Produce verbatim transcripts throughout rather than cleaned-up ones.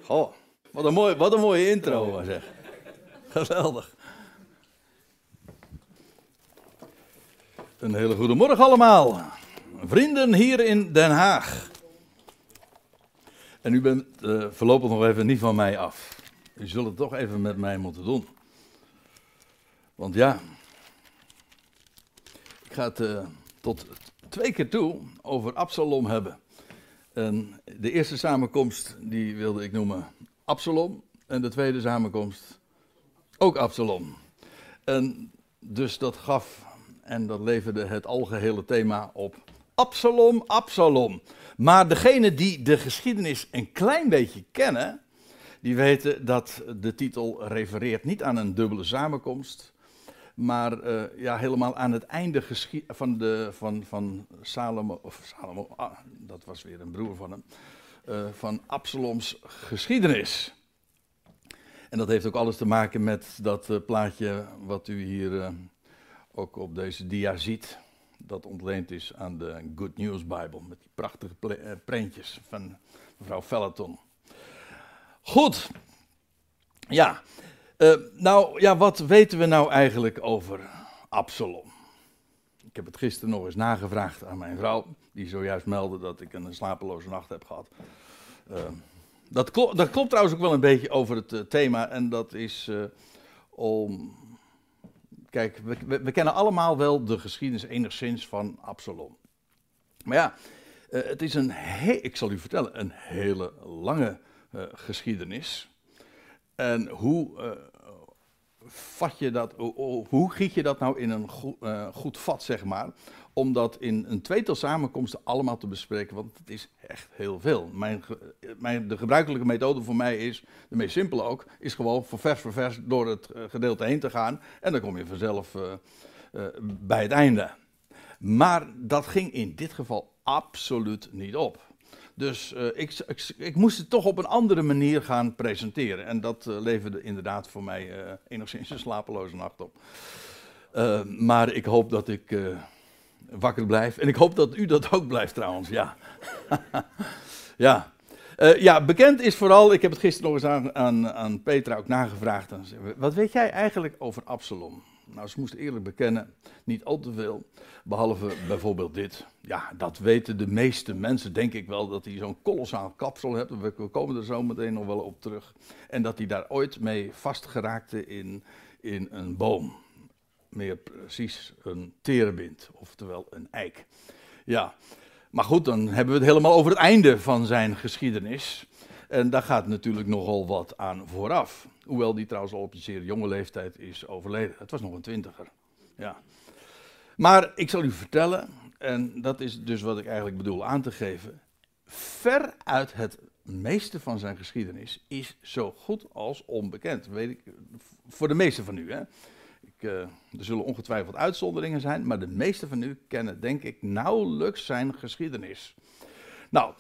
Goh, wat een, mooi, wat een mooie intro, zeg. Geweldig. Een hele goede morgen allemaal. Vrienden hier in Den Haag. En u bent uh, voorlopig nog even niet van mij af. U zult het toch even met mij moeten doen. Want ja, ik ga het uh, tot twee keer toe over Absalom hebben. En de eerste samenkomst die wilde ik noemen Absalom. En de tweede samenkomst ook Absalom. En dus dat gaf en dat leverde het algehele thema op. Absalom, Absalom. Maar degenen die de geschiedenis een klein beetje kennen, die weten dat de titel refereert niet aan een dubbele samenkomst, maar uh, ja, helemaal aan het einde geschi- van, de, van, van Salomo, of Salomo, ah, dat was weer een broer van hem, uh, van Absaloms geschiedenis. En dat heeft ook alles te maken met dat uh, plaatje wat u hier uh, ook op deze dia ziet. Dat ontleend is aan de Good News Bible met die prachtige ple- uh, prentjes van mevrouw Felleton. Goed, ja. Uh, nou ja, wat weten we nou eigenlijk over Absalom? Ik heb het gisteren nog eens nagevraagd aan mijn vrouw, die zojuist meldde dat ik een slapeloze nacht heb gehad. Uh, dat, klo- dat klopt trouwens ook wel een beetje over het uh, thema en dat is uh, om... Kijk, we, we, we kennen allemaal wel de geschiedenis enigszins van Absalom. Maar ja, uh, het is een, he- ik zal u vertellen, een hele lange uh, geschiedenis. En hoe uh, vat je dat, hoe, hoe giet je dat nou in een goed, uh, goed vat, zeg maar, om dat in een tweetal samenkomsten allemaal te bespreken, want het is echt heel veel. Mijn, mijn, de gebruikelijke methode voor mij is, de meest simpele ook, is gewoon voor vers voor vers door het uh, gedeelte heen te gaan en dan kom je vanzelf uh, uh, bij het einde. Maar dat ging in dit geval absoluut niet op. Dus uh, ik, ik, ik moest het toch op een andere manier gaan presenteren. En dat uh, leverde inderdaad voor mij uh, enigszins een slapeloze nacht op. Uh, maar ik hoop dat ik uh, wakker blijf. En ik hoop dat u dat ook blijft trouwens, ja. ja. Uh, ja, bekend is vooral, ik heb het gisteren nog eens aan, aan, aan Petra ook nagevraagd. Wat weet jij eigenlijk over Absalom? Nou, ze moest eerlijk bekennen, niet al te veel. Behalve bijvoorbeeld dit. Ja, dat weten de meeste mensen, denk ik wel, dat hij zo'n kolossaal kapsel heeft. We komen er zo meteen nog wel op terug. En dat hij daar ooit mee vastgeraakte in, in een boom. Meer precies een terebint, oftewel een eik. Ja, maar goed, dan hebben we het helemaal over het einde van zijn geschiedenis. En daar gaat natuurlijk nogal wat aan vooraf. Hoewel die trouwens al op een zeer jonge leeftijd is overleden. Het was nog een twintiger. Ja. Maar ik zal u vertellen, en dat is dus wat ik eigenlijk bedoel aan te geven. Veruit het meeste van zijn geschiedenis is zo goed als onbekend. Weet ik, voor de meeste van u. Hè. Ik, uh, er zullen ongetwijfeld uitzonderingen zijn, maar de meeste van u kennen denk ik nauwelijks zijn geschiedenis. Nou...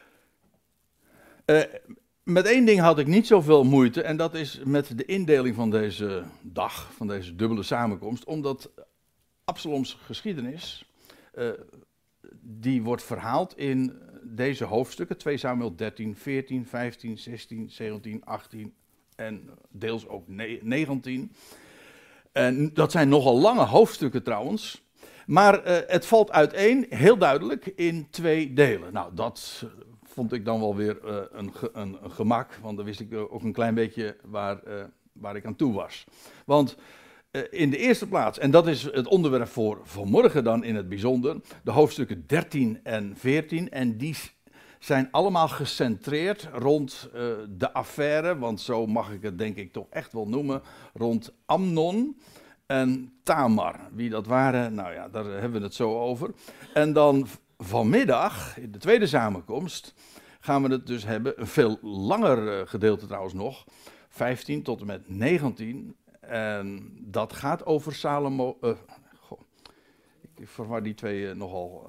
Uh, Met één ding had ik niet zoveel moeite en dat is met de indeling van deze dag, van deze dubbele samenkomst, omdat Absaloms geschiedenis, uh, die wordt verhaald in deze hoofdstukken, twee Samuel dertien, veertien, vijftien, zestien, zeventien, achttien en deels ook negentien. En dat zijn nogal lange hoofdstukken trouwens, maar uh, het valt uiteen, heel duidelijk, in twee delen. Nou, dat... vond ik dan wel weer uh, een, ge, een, een gemak, want dan wist ik ook een klein beetje waar, uh, waar ik aan toe was. Want uh, in de eerste plaats, en dat is het onderwerp voor vanmorgen dan in het bijzonder, de hoofdstukken dertien en veertien, en die zijn allemaal gecentreerd rond uh, de affaire, want zo mag ik het denk ik toch echt wel noemen, rond Amnon en Tamar. Wie dat waren, nou ja, daar hebben we het zo over. En dan... vanmiddag, in de tweede samenkomst, gaan we het dus hebben, een veel langer gedeelte trouwens nog, vijftien tot en met negentien. En dat gaat over Salomo, uh, goh, ik verwar die twee uh, nogal.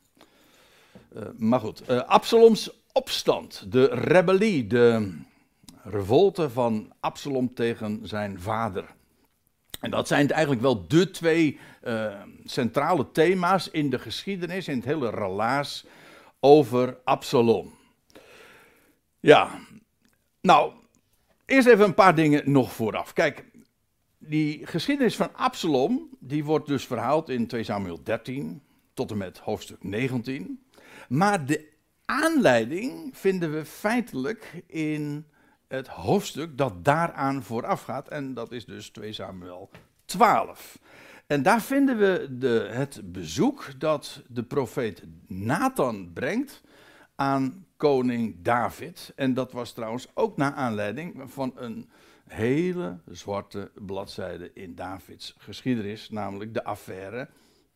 Uh, uh, maar goed, uh, Absaloms opstand, de rebellie, de revolte van Absalom tegen zijn vader. En dat zijn eigenlijk wel de twee uh, centrale thema's in de geschiedenis, in het hele relaas over Absalom. Ja, Nou, eerst even een paar dingen nog vooraf. Kijk, die geschiedenis van Absalom, die wordt dus verhaald in twee Samuel dertien tot en met hoofdstuk negentien. Maar de aanleiding vinden we feitelijk in het hoofdstuk dat daaraan vooraf gaat. En dat is dus twee Samuel twaalf. En daar vinden we de, het bezoek dat de profeet Nathan brengt aan koning David. En dat was trouwens ook naar aanleiding van een hele zwarte bladzijde in Davids geschiedenis, namelijk de affaire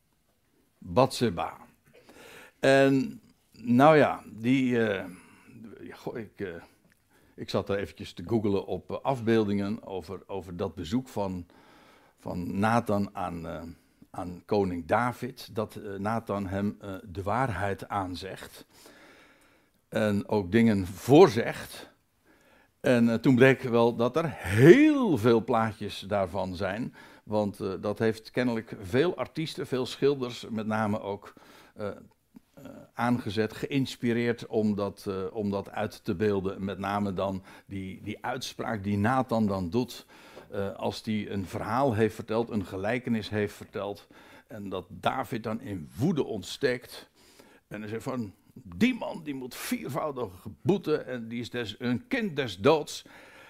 Batseba. En nou ja, die, uh, goh, ik, uh, ik zat er eventjes te googlen op uh, afbeeldingen over, over dat bezoek van, van Nathan aan, uh, aan koning David, dat uh, Nathan hem uh, de waarheid aanzegt en ook dingen voorzegt. En uh, toen bleek wel dat er heel veel plaatjes daarvan zijn. Want uh, dat heeft kennelijk veel artiesten, veel schilders met name ook uh, uh, aangezet, geïnspireerd om dat, uh, om dat uit te beelden. Met name dan die, die uitspraak die Nathan dan doet uh, als hij een verhaal heeft verteld, een gelijkenis heeft verteld. En dat David dan in woede ontsteekt. En hij zegt van, die man die moet viervoudig boeten en die is des, een kind des doods.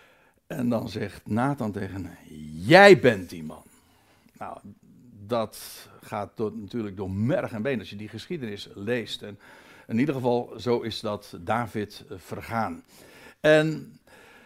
En dan zegt Nathan tegen hem, jij bent die man. Nou, dat gaat door, natuurlijk door merg en been als je die geschiedenis leest. En in ieder geval, zo is dat David vergaan. En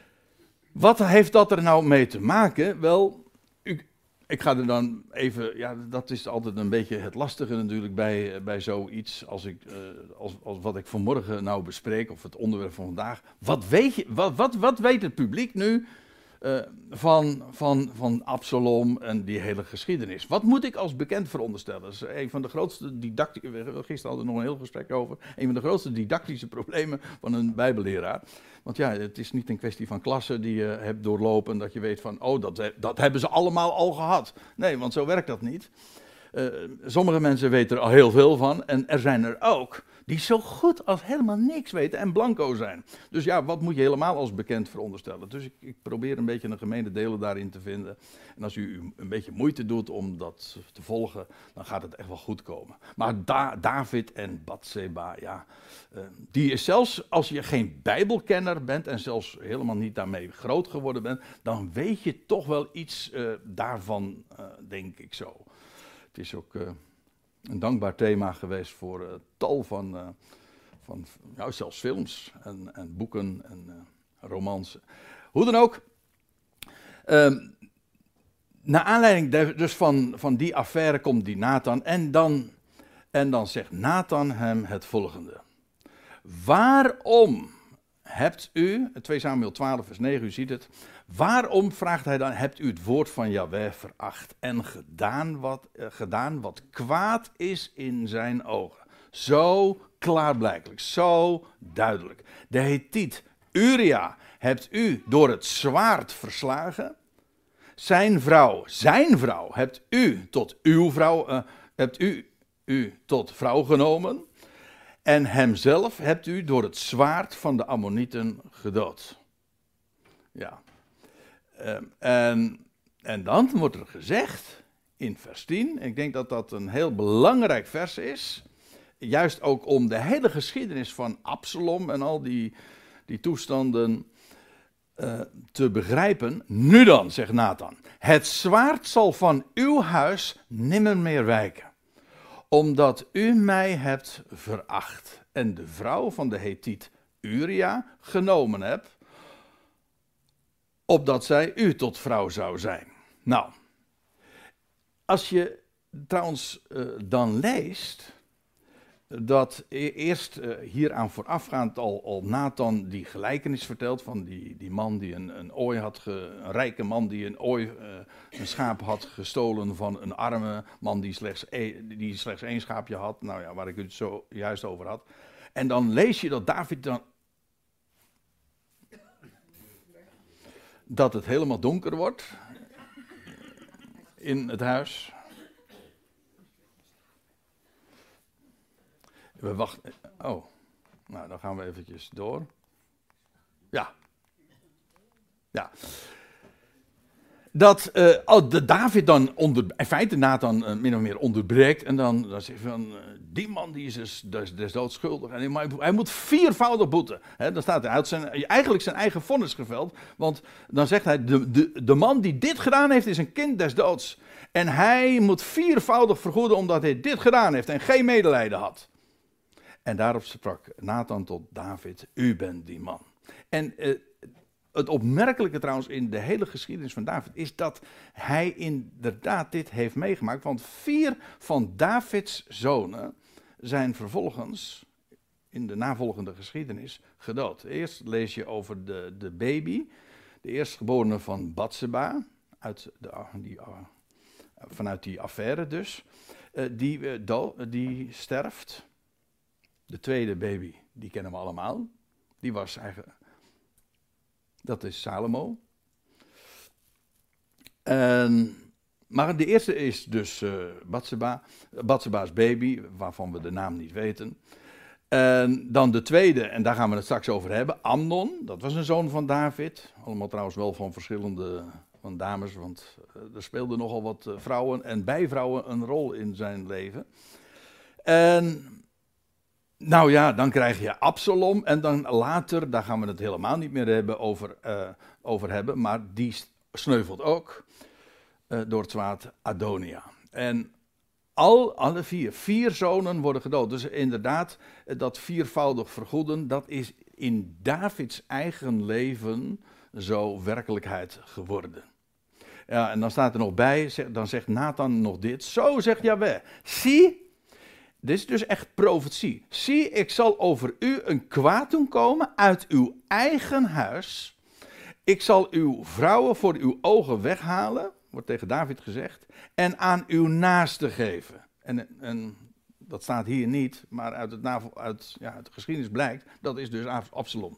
wat heeft dat er nou mee te maken? Wel, u, ik ga er dan even, ja, dat is altijd een beetje het lastige natuurlijk bij, bij zoiets als, ik, uh, als, als wat ik vanmorgen nou bespreek, of het onderwerp van vandaag. Wat weet, je, wat, wat, wat weet het publiek nu uh, van, van, van Absalom en die hele geschiedenis? Wat moet ik als bekend veronderstellen? Dat is een van de grootste didactische, gisteren hadden we nog een heel gesprek over, een van de grootste didactische problemen van een bijbelleraar. Want ja, het is niet een kwestie van klassen die je hebt doorlopen, dat je weet van, oh, dat, dat hebben ze allemaal al gehad. Nee, want zo werkt dat niet. Uh, sommige mensen weten er al heel veel van, en er zijn er ook die zo goed als helemaal niks weten en blanco zijn. Dus ja, wat moet je helemaal als bekend veronderstellen? Dus ik, ik probeer een beetje een gemene delen daarin te vinden. En als u een beetje moeite doet om dat te volgen, dan gaat het echt wel goed komen. Maar da- David en Batseba, ja, uh, die is zelfs als je geen bijbelkenner bent en zelfs helemaal niet daarmee groot geworden bent, dan weet je toch wel iets uh, daarvan, uh, denk ik zo. Het is ook uh, een dankbaar thema geweest voor uh, tal van, uh, van nou, zelfs films en, en boeken en uh, romans. Hoe dan ook, uh, naar aanleiding de, dus van, van die affaire komt die Nathan en dan, en dan zegt Nathan hem het volgende. Waarom hebt u, twee Samuel twaalf vers negen, u ziet het, waarom, vraagt hij dan, hebt u het woord van Jahweh veracht en gedaan wat, uh, gedaan wat kwaad is in zijn ogen? Zo klaarblijkelijk, zo duidelijk. De Hethiet Uria hebt u door het zwaard verslagen. Zijn vrouw, zijn vrouw, hebt u tot uw vrouw, uh, hebt u, u tot vrouw genomen. En hemzelf hebt u door het zwaard van de Ammonieten gedood. Ja. Uh, en, en dan wordt er gezegd, in vers tien, ik denk dat dat een heel belangrijk vers is, juist ook om de hele geschiedenis van Absalom en al die, die toestanden uh, te begrijpen. Nu dan, zegt Nathan, het zwaard zal van uw huis nimmer meer wijken, omdat u mij hebt veracht en de vrouw van de Hethiet Uria genomen hebt, opdat zij u tot vrouw zou zijn. Nou, als je trouwens uh, dan leest dat e- eerst uh, hieraan voorafgaand al, al Nathan die gelijkenis vertelt van die, die man die een, een ooi had, ge, een rijke man die een ooi, uh, een schaap had gestolen van een arme man die slechts, e, die slechts één schaapje had, nou ja, waar ik het zo juist over had. En dan lees je dat David dan dat het helemaal donker wordt in het huis. We wachten. Oh, nou dan gaan we eventjes door. Ja, Ja. Dat uh, oh, de David dan onder, in feite Nathan uh, min of meer onderbreekt. En dan, dan zegt hij van, uh, die man die is dus, dus, dus doodschuldig. En hij, hij moet viervoudig boeten. He, dan staat hij, hij had zijn, eigenlijk zijn eigen vonnis geveld. Want dan zegt hij, de, de, de man die dit gedaan heeft is een kind des doods. En hij moet viervoudig vergoeden omdat hij dit gedaan heeft en geen medelijden had. En daarop sprak Nathan tot David, u bent die man. En uh, het opmerkelijke trouwens in de hele geschiedenis van David is dat hij inderdaad dit heeft meegemaakt. Want vier van Davids zonen zijn vervolgens in de navolgende geschiedenis gedood. Eerst lees je over de, de baby, de eerstgeborene van Batseba, uit de, die, uh, vanuit die affaire dus. Uh, die, uh, do, uh, die sterft. De tweede baby, die kennen we allemaal. Die was eigenlijk... Dat is Salomo. En, maar de eerste is dus uh, Batseba, Batseba's baby, waarvan we de naam niet weten. En dan de tweede, en daar gaan we het straks over hebben, Amnon. Dat was een zoon van David. Allemaal trouwens wel van verschillende van dames, want uh, er speelden nogal wat uh, vrouwen en bijvrouwen een rol in zijn leven. En... Nou ja, dan krijg je Absalom en dan later, daar gaan we het helemaal niet meer hebben over, uh, over hebben, maar die sneuvelt ook uh, door het zwaard Adonia. En al, alle vier, vier zonen worden gedood. Dus inderdaad, dat viervoudig vergoeden, dat is in Davids eigen leven zo werkelijkheid geworden. Ja, en dan staat er nog bij, dan zegt Nathan nog dit, zo zegt Jahweh, zie... Dit is dus echt profetie. Zie, ik zal over u een kwaad doen komen uit uw eigen huis. Ik zal uw vrouwen voor uw ogen weghalen, wordt tegen David gezegd, en aan uw naaste geven. En, en dat staat hier niet, maar uit, het navel, uit, ja, uit de geschiedenis blijkt, dat is dus Absalom.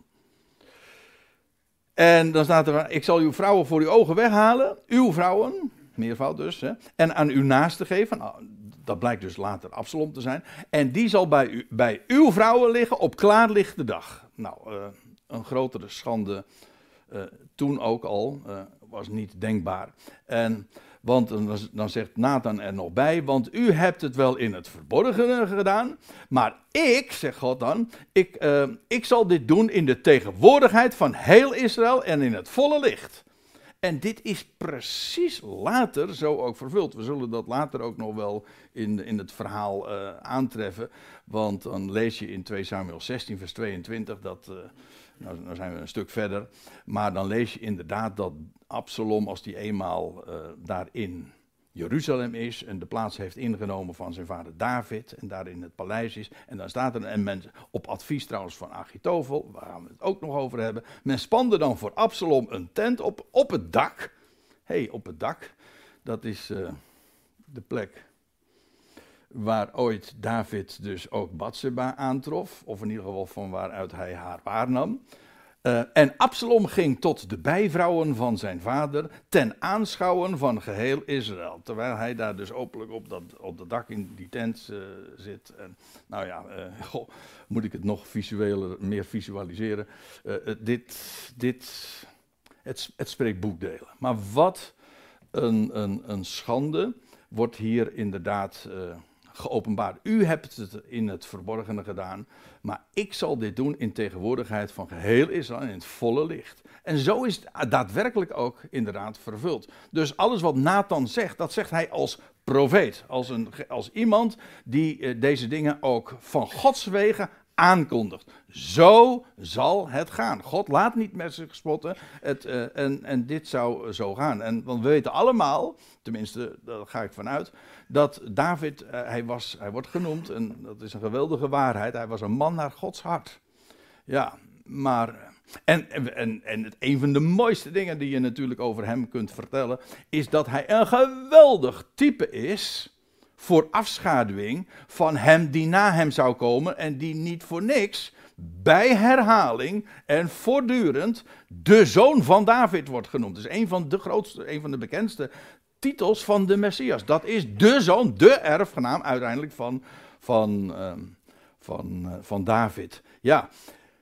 En dan staat er, ik zal uw vrouwen voor uw ogen weghalen, uw vrouwen, meervoud dus, hè, en aan uw naaste geven. Nou, dat blijkt dus later Absalom te zijn. En die zal bij, u, bij uw vrouwen liggen op klaarlichte dag. Nou, uh, een grotere schande uh, toen ook al, uh, was niet denkbaar. En, want dan, dan zegt Nathan er nog bij, want u hebt het wel in het verborgene gedaan. Maar ik, zegt God dan, ik, uh, ik zal dit doen in de tegenwoordigheid van heel Israël en in het volle licht. En dit is precies later zo ook vervuld. We zullen dat later ook nog wel in, in het verhaal uh, aantreffen. Want dan lees je in twee Samuel zestien vers tweeëntwintig, dat, uh, nou, nou zijn we een stuk verder. Maar dan lees je inderdaad dat Absalom, als die eenmaal uh, daar in Jeruzalem is en de plaats heeft ingenomen van zijn vader David en daar in het paleis is. En dan staat er, en men, op advies trouwens van Achitofel, waar gaan we het ook nog over hebben. Men spande dan voor Absalom een tent op, op het dak. Hé, hey, op het dak, dat is uh, de plek waar ooit David dus ook Batseba aantrof. Of in ieder geval van waaruit hij haar waarnam. Uh, en Absalom ging tot de bijvrouwen van zijn vader ten aanschouwen van geheel Israël. Terwijl hij daar dus openlijk op dat, op dat dak in die tent uh, zit. En, nou ja, uh, goh, moet ik het nog visueler, meer visualiseren. Uh, uh, dit, dit, het, het spreekt boekdelen. Maar wat een, een, een schande wordt hier inderdaad uh, geopenbaard. U hebt het in het verborgene gedaan, maar ik zal dit doen in tegenwoordigheid van geheel Israël in het volle licht. En zo is het daadwerkelijk ook inderdaad vervuld. Dus alles wat Nathan zegt, dat zegt hij als profeet. Als, een, als iemand die uh, deze dingen ook van Gods wegen aankondigt. Zo zal het gaan. God laat niet met zich spotten. Het, uh, en, en dit zou zo gaan. En, want we weten allemaal, tenminste daar ga ik vanuit, dat David, uh, hij, was, hij wordt genoemd, en dat is een geweldige waarheid, hij was een man naar Gods hart. Ja, maar... En, en, en het, een van de mooiste dingen die je natuurlijk over hem kunt vertellen, is dat hij een geweldig type is voor afschaduwing van hem die na hem zou komen en die niet voor niks bij herhaling en voortdurend de zoon van David wordt genoemd. Dus een van de grootste, een van de bekendste titels van de Messias. Dat is de zoon, de erfgenaam uiteindelijk van, van, uh, van, uh, van David. Ja,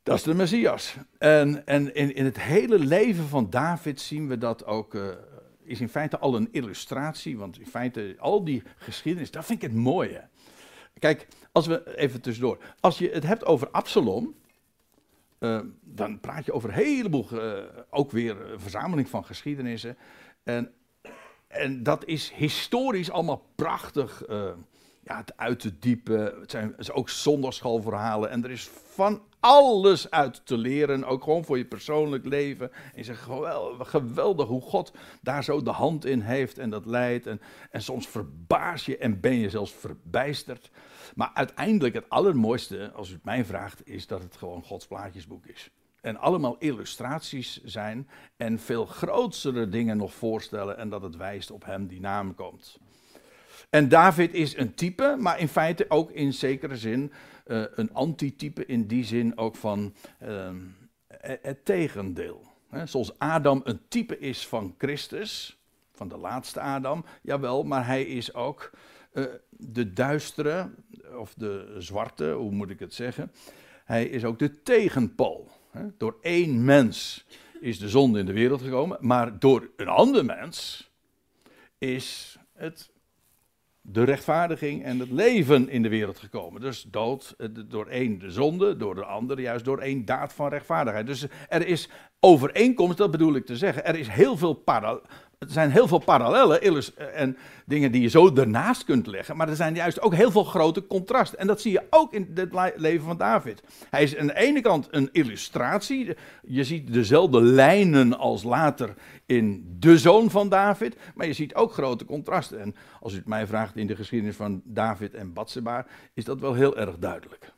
Dat is de Messias. En, en in, in het hele leven van David zien we dat ook, uh, is in feite al een illustratie, want in feite al die geschiedenis, dat vind ik het mooie. Kijk, als we even tussendoor, als je het hebt over Absalom, uh, dan praat je over een heleboel, uh, ook weer een verzameling van geschiedenissen. En, en dat is historisch allemaal prachtig, uh, ja, het uit te diepen. Het zijn, het zijn ook zondagsschoolverhalen en er is van alles uit te leren, ook gewoon voor je persoonlijk leven. En je zegt, geweldig, geweldig hoe God daar zo de hand in heeft en dat leidt. En, en soms verbaas je en ben je zelfs verbijsterd. Maar uiteindelijk het allermooiste, als u het mij vraagt, is dat het gewoon Gods plaatjesboek is. En allemaal illustraties zijn en veel grotere dingen nog voorstellen en dat het wijst op hem die naam komt. En David is een type, maar in feite ook in zekere zin uh, een antitype, in die zin ook van uh, het tegendeel. He, zoals Adam een type is van Christus, van de laatste Adam, jawel, maar hij is ook uh, de duistere, of de zwarte, hoe moet ik het zeggen, hij is ook de tegenpool. He, door één mens is de zonde in de wereld gekomen, maar door een ander mens is het de rechtvaardiging en het leven in de wereld gekomen. Dus dood door één de zonde, door de andere juist door één daad van rechtvaardigheid. Dus er is overeenkomst, dat bedoel ik te zeggen. Er is heel veel para- er zijn heel veel parallellen en dingen die je zo ernaast kunt leggen. Maar er zijn juist ook heel veel grote contrasten. En dat zie je ook in het leven van David. Hij is aan de ene kant een illustratie. Je ziet dezelfde lijnen als later in de zoon van David. Maar je ziet ook grote contrasten. En als u het mij vraagt in de geschiedenis van David en Batseba, is dat wel heel erg duidelijk.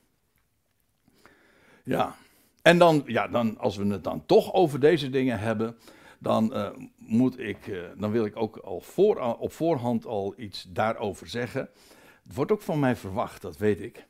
Ja. En dan, ja, dan, als we het dan toch over deze dingen hebben, dan, uh, moet ik, uh, dan wil ik ook al voor, uh, op voorhand al iets daarover zeggen. Het wordt ook van mij verwacht, dat weet ik.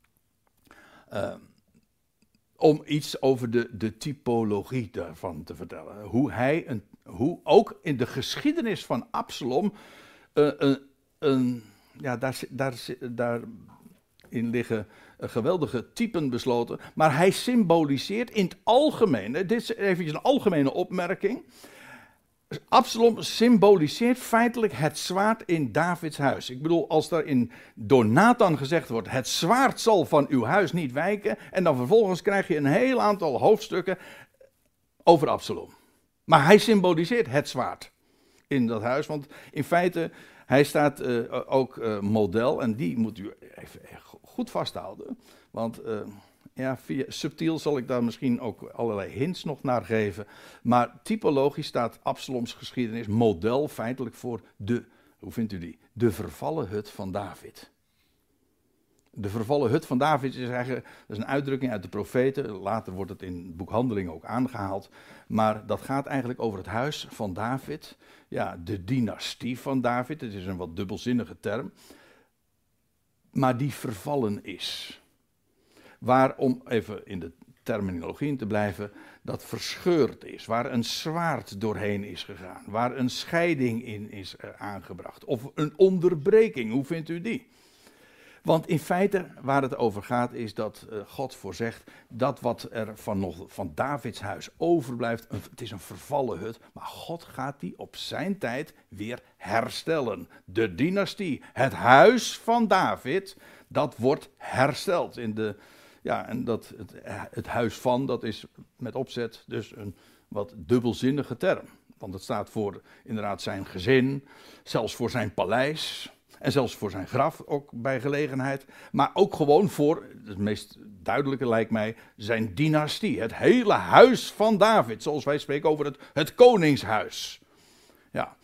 Uh, om iets over de, de typologie daarvan te vertellen. Hoe hij, een, hoe ook in de geschiedenis van Absalom, uh, een, een, ja, daar, daar, daarin liggen geweldige typen besloten. Maar hij symboliseert in het algemeen, dit is even een algemene opmerking. Absalom symboliseert feitelijk het zwaard in Davids huis. Ik bedoel, als er in, door Nathan gezegd wordt, het zwaard zal van uw huis niet wijken. En dan vervolgens krijg je een heel aantal hoofdstukken over Absalom. Maar hij symboliseert het zwaard in dat huis. Want in feite, hij staat uh, ook uh, model. En die moet u even goed vasthouden. Want uh, ja, via subtiel zal ik daar misschien ook allerlei hints nog naar geven. Maar typologisch staat Absaloms geschiedenis model feitelijk voor de, hoe vindt u die? De vervallen hut van David. De vervallen hut van David is eigenlijk, dat is een uitdrukking uit de profeten. Later wordt het in het boek Handelingen ook aangehaald. Maar dat gaat eigenlijk over het huis van David. Ja, de dynastie van David. Het is een wat dubbelzinnige term. Maar die vervallen is. Waarom, even in de terminologie te blijven, dat verscheurd is. Waar een zwaard doorheen is gegaan. Waar een scheiding in is uh, aangebracht. Of een onderbreking, hoe vindt u die? Want in feite waar het over gaat is dat uh, God voorzegt dat wat er van, nog, van Davids huis overblijft, een, het is een vervallen hut, maar God gaat die op zijn tijd weer herstellen. De dynastie, het huis van David, dat wordt hersteld. In de, ja, en dat, het, het huis van, dat is met opzet dus een wat dubbelzinnige term. Want het staat voor inderdaad zijn gezin, zelfs voor zijn paleis. En zelfs voor zijn graf ook bij gelegenheid. Maar ook gewoon voor, het meest duidelijke lijkt mij, zijn dynastie. Het hele huis van David. Zoals wij spreken over het, het koningshuis. Ja.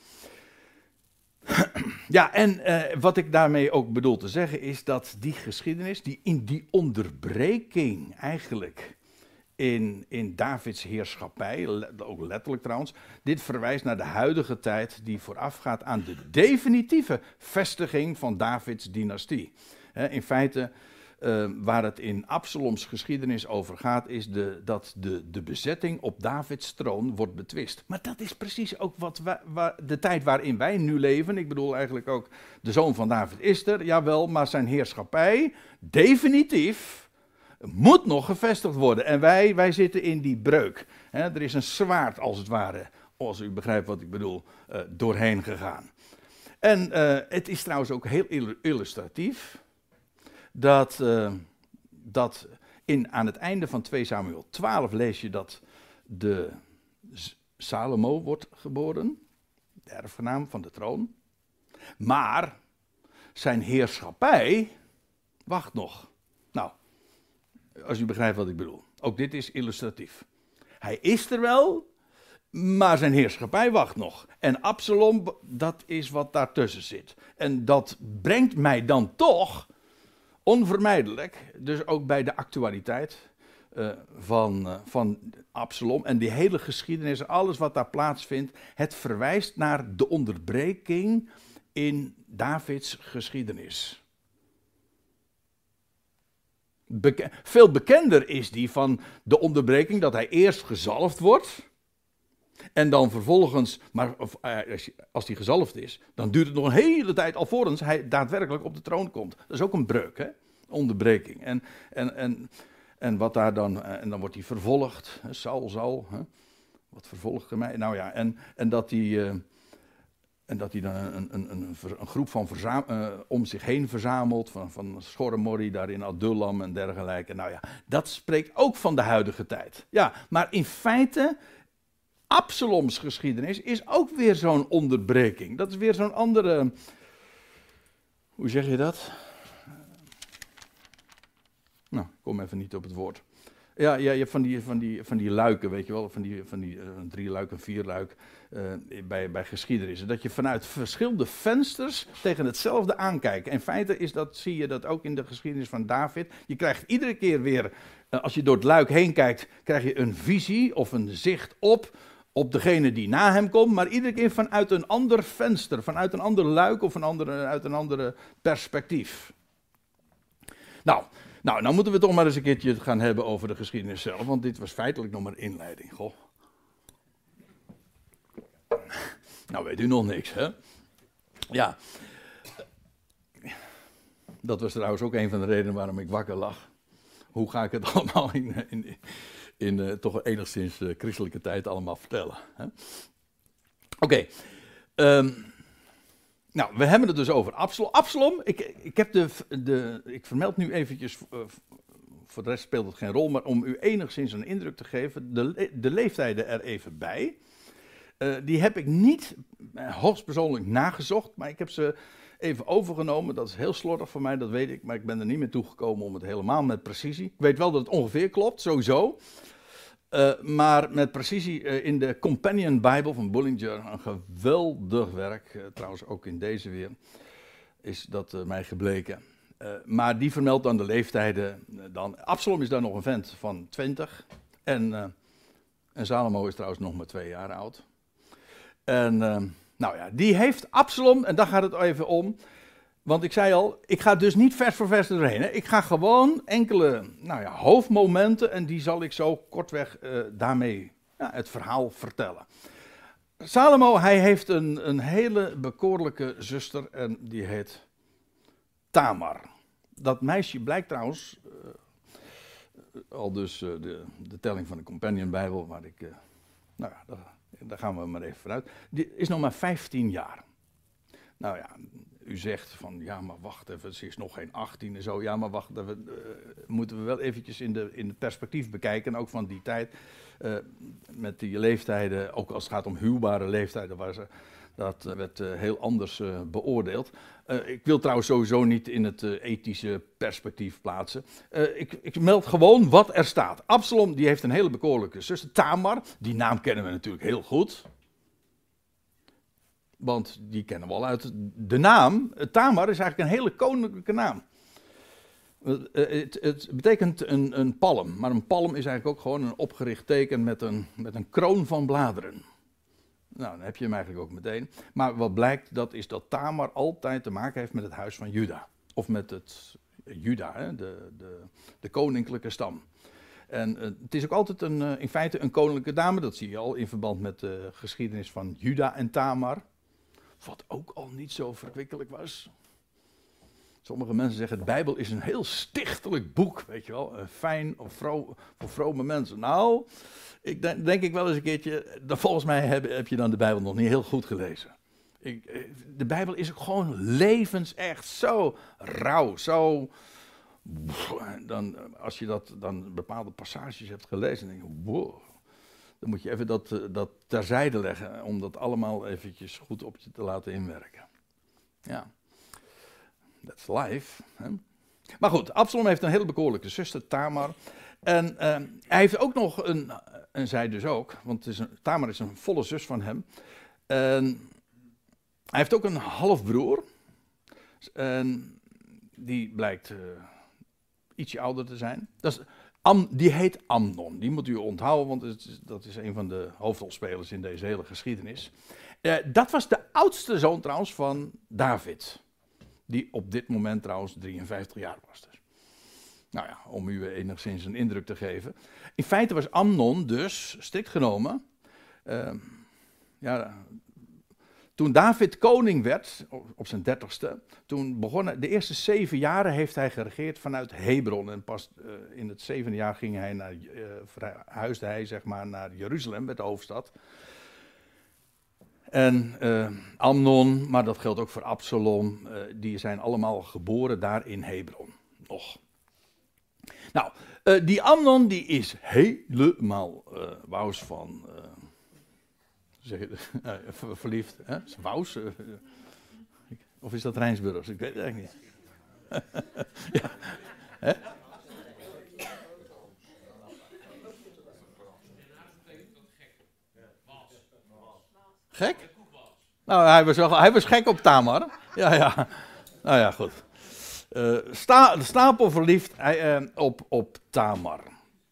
Ja, en uh, wat ik daarmee ook bedoel te zeggen is dat die geschiedenis, die in die onderbreking eigenlijk in, in Davids heerschappij, ook letterlijk trouwens, dit verwijst naar de huidige tijd die voorafgaat aan de definitieve vestiging van Davids dynastie. He, in feite, uh, waar het in Absaloms geschiedenis over gaat, is de, dat de, de bezetting op Davids troon wordt betwist. Maar dat is precies ook wat wa, wa, de tijd waarin wij nu leven. Ik bedoel eigenlijk ook, de zoon van David is er, jawel, maar zijn heerschappij, definitief, moet nog gevestigd worden. En wij, wij zitten in die breuk. He, er is een zwaard als het ware, als u begrijpt wat ik bedoel, uh, doorheen gegaan. En uh, het is trouwens ook heel illustratief dat, uh, dat in, aan het einde van twee Samuel twaalf lees je dat de Salomo wordt geboren, de erfgenaam van de troon. Maar zijn heerschappij wacht nog. Nou, als u begrijpt wat ik bedoel. Ook dit is illustratief. Hij is er wel, maar zijn heerschappij wacht nog. En Absalom, dat is wat daartussen zit. En dat brengt mij dan toch onvermijdelijk, dus ook bij de actualiteit uh, van, uh, van Absalom en die hele geschiedenis, alles wat daar plaatsvindt, het verwijst naar de onderbreking in Davids geschiedenis. Beke- veel bekender is die van de onderbreking dat hij eerst gezalfd wordt. En dan vervolgens, maar of, uh, als hij gezalfd is, dan duurt het nog een hele tijd alvorens hij daadwerkelijk op de troon komt. Dat is ook een breuk, hè? Onderbreking. En, en, en, en wat daar dan, uh, en dan wordt hij vervolgd. Hè? Saul, Saul, hè? Wat vervolgde mij? Nou ja, en, en dat hij, uh, en dat hij dan een, een, een, een, een groep van verzam, uh, om zich heen verzamelt, van, van schorremorrie daar in Adullam en dergelijke. Nou ja, dat spreekt ook van de huidige tijd. Ja, maar in feite, Absaloms geschiedenis is ook weer zo'n onderbreking. Dat is weer zo'n andere, hoe zeg je dat? Nou, ik kom even niet op het woord. Ja, ja je hebt van die, van, die, van die luiken, weet je wel, van die, van die uh, drie luik, een vier luik uh, bij, bij geschiedenissen. Dat je vanuit verschillende vensters tegen hetzelfde aankijkt. In feite is dat, zie je dat ook in de geschiedenis van David. Je krijgt iedere keer weer, uh, als je door het luik heen kijkt, krijg je een visie of een zicht op, op degene die na hem komt. Maar iedere keer vanuit een ander venster, vanuit een ander luik of een andere, uit een andere perspectief. Nou... Nou, nou moeten we toch maar eens een keertje gaan hebben over de geschiedenis zelf, want dit was feitelijk nog maar inleiding, goh. Nou weet u nog niks, hè? Ja. Dat was trouwens ook een van de redenen waarom ik wakker lag. Hoe ga ik het allemaal in, in, in, in uh, toch enigszins uh, christelijke tijd allemaal vertellen, hè? Oké. Okay. Um, Nou, we hebben het dus over Absalom. Absalom, ik, ik, heb de, de, ik vermeld nu eventjes, uh, voor de rest speelt het geen rol, maar om u enigszins een indruk te geven, de, de leeftijden er even bij. Uh, die heb ik niet uh, hoogstpersoonlijk nagezocht, maar ik heb ze even overgenomen. Dat is heel slordig voor mij, dat weet ik, maar ik ben er niet meer toegekomen om het helemaal met precisie. Ik weet wel dat het ongeveer klopt, sowieso. Uh, maar met precisie uh, in de Companion Bible van Bullinger, een geweldig werk, uh, trouwens ook in deze weer, is dat uh, mij gebleken. Uh, maar die vermeldt dan de leeftijden. Uh, dan. Absalom is dan nog een vent van twintig en, uh, en Salomo is trouwens nog maar twee jaar oud. En uh, nou ja, die heeft Absalom, en daar gaat het even om. Want ik zei al, ik ga dus niet vers voor vers doorheen. Hè. Ik ga gewoon enkele nou ja, hoofdmomenten en die zal ik zo kortweg uh, daarmee ja, het verhaal vertellen. Salomo, hij heeft een, een hele bekoorlijke zuster en die heet Tamar. Dat meisje blijkt trouwens, uh, al dus uh, de, de telling van de Companion Bijbel, waar ik, uh, nou ja, daar, daar gaan we maar even vanuit, die is nog maar vijftien jaar. Nou ja, u zegt van, ja maar wacht even, ze is nog geen achttien en zo. Ja maar wacht even, uh, moeten we wel eventjes in, de, in het perspectief bekijken, ook van die tijd. Uh, met die leeftijden, ook als het gaat om huwbare leeftijden, waar ze, dat werd uh, heel anders uh, beoordeeld. Uh, ik wil trouwens sowieso niet in het uh, ethische perspectief plaatsen. Uh, ik, ik meld gewoon wat er staat. Absalom, die heeft een hele bekoorlijke zuster, Tamar. Die naam kennen we natuurlijk heel goed. Want die kennen we al uit de naam. Tamar is eigenlijk een hele koninklijke naam. Het, het, het betekent een, een palm. Maar een palm is eigenlijk ook gewoon een opgericht teken met een, met een kroon van bladeren. Nou, dan heb je hem eigenlijk ook meteen. Maar wat blijkt, dat is dat Tamar altijd te maken heeft met het huis van Juda. Of met het Juda, hè, de, de, de koninklijke stam. En uh, het is ook altijd een, uh, in feite een koninklijke dame. Dat zie je al in verband met de geschiedenis van Juda en Tamar. Wat ook al niet zo verkwikkelijk was. Sommige mensen zeggen, de Bijbel is een heel stichtelijk boek, weet je wel. Fijn of vro- voor vrome mensen. Nou, ik denk, denk ik wel eens een keertje, dan volgens mij heb, heb je dan de Bijbel nog niet heel goed gelezen. Ik, de Bijbel is ook gewoon levensecht, zo rauw, zo... Dan, als je dat, dan bepaalde passages hebt gelezen, dan denk je, wow. Dan moet je even dat, dat terzijde leggen, om dat allemaal eventjes goed op je te laten inwerken. Ja, that's life. Hè? Maar goed, Absalom heeft een hele bekoorlijke zuster, Tamar. En uh, hij heeft ook nog een, en zij dus ook, want het is een, Tamar is een volle zus van hem. En hij heeft ook een halfbroer. En die blijkt uh, ietsje ouder te zijn. Dat is, Am, die heet Amnon. Die moet u onthouden, want het is, dat is een van de hoofdrolspelers in deze hele geschiedenis. Uh, dat was de oudste zoon trouwens van David. Die op dit moment trouwens drieënvijftig jaar was. Dus. Nou ja, om u enigszins een indruk te geven. In feite was Amnon dus, strikt genomen... Uh, ja, toen David koning werd, op zijn dertigste, toen begonnen, de eerste zeven jaren heeft hij geregeerd vanuit Hebron. En pas uh, in het zevende jaar ging hij naar, uh, verhuisde hij zeg maar naar Jeruzalem, met de hoofdstad. En uh, Amnon, maar dat geldt ook voor Absalom, uh, die zijn allemaal geboren daar in Hebron. Nog. Nou, uh, die Amnon die is helemaal uh, wous van... Uh, Zeg je, uh, ver, verliefd, hè? Wous? Uh, of is dat Rijnsburgs? Ik weet het eigenlijk niet. Ja. Hè? Gek? Nou, hij was, wel, hij was gek op Tamar. Ja, ja. Nou ja, goed. Uh, sta, stapel verliefd hij, uh, op, op Tamar.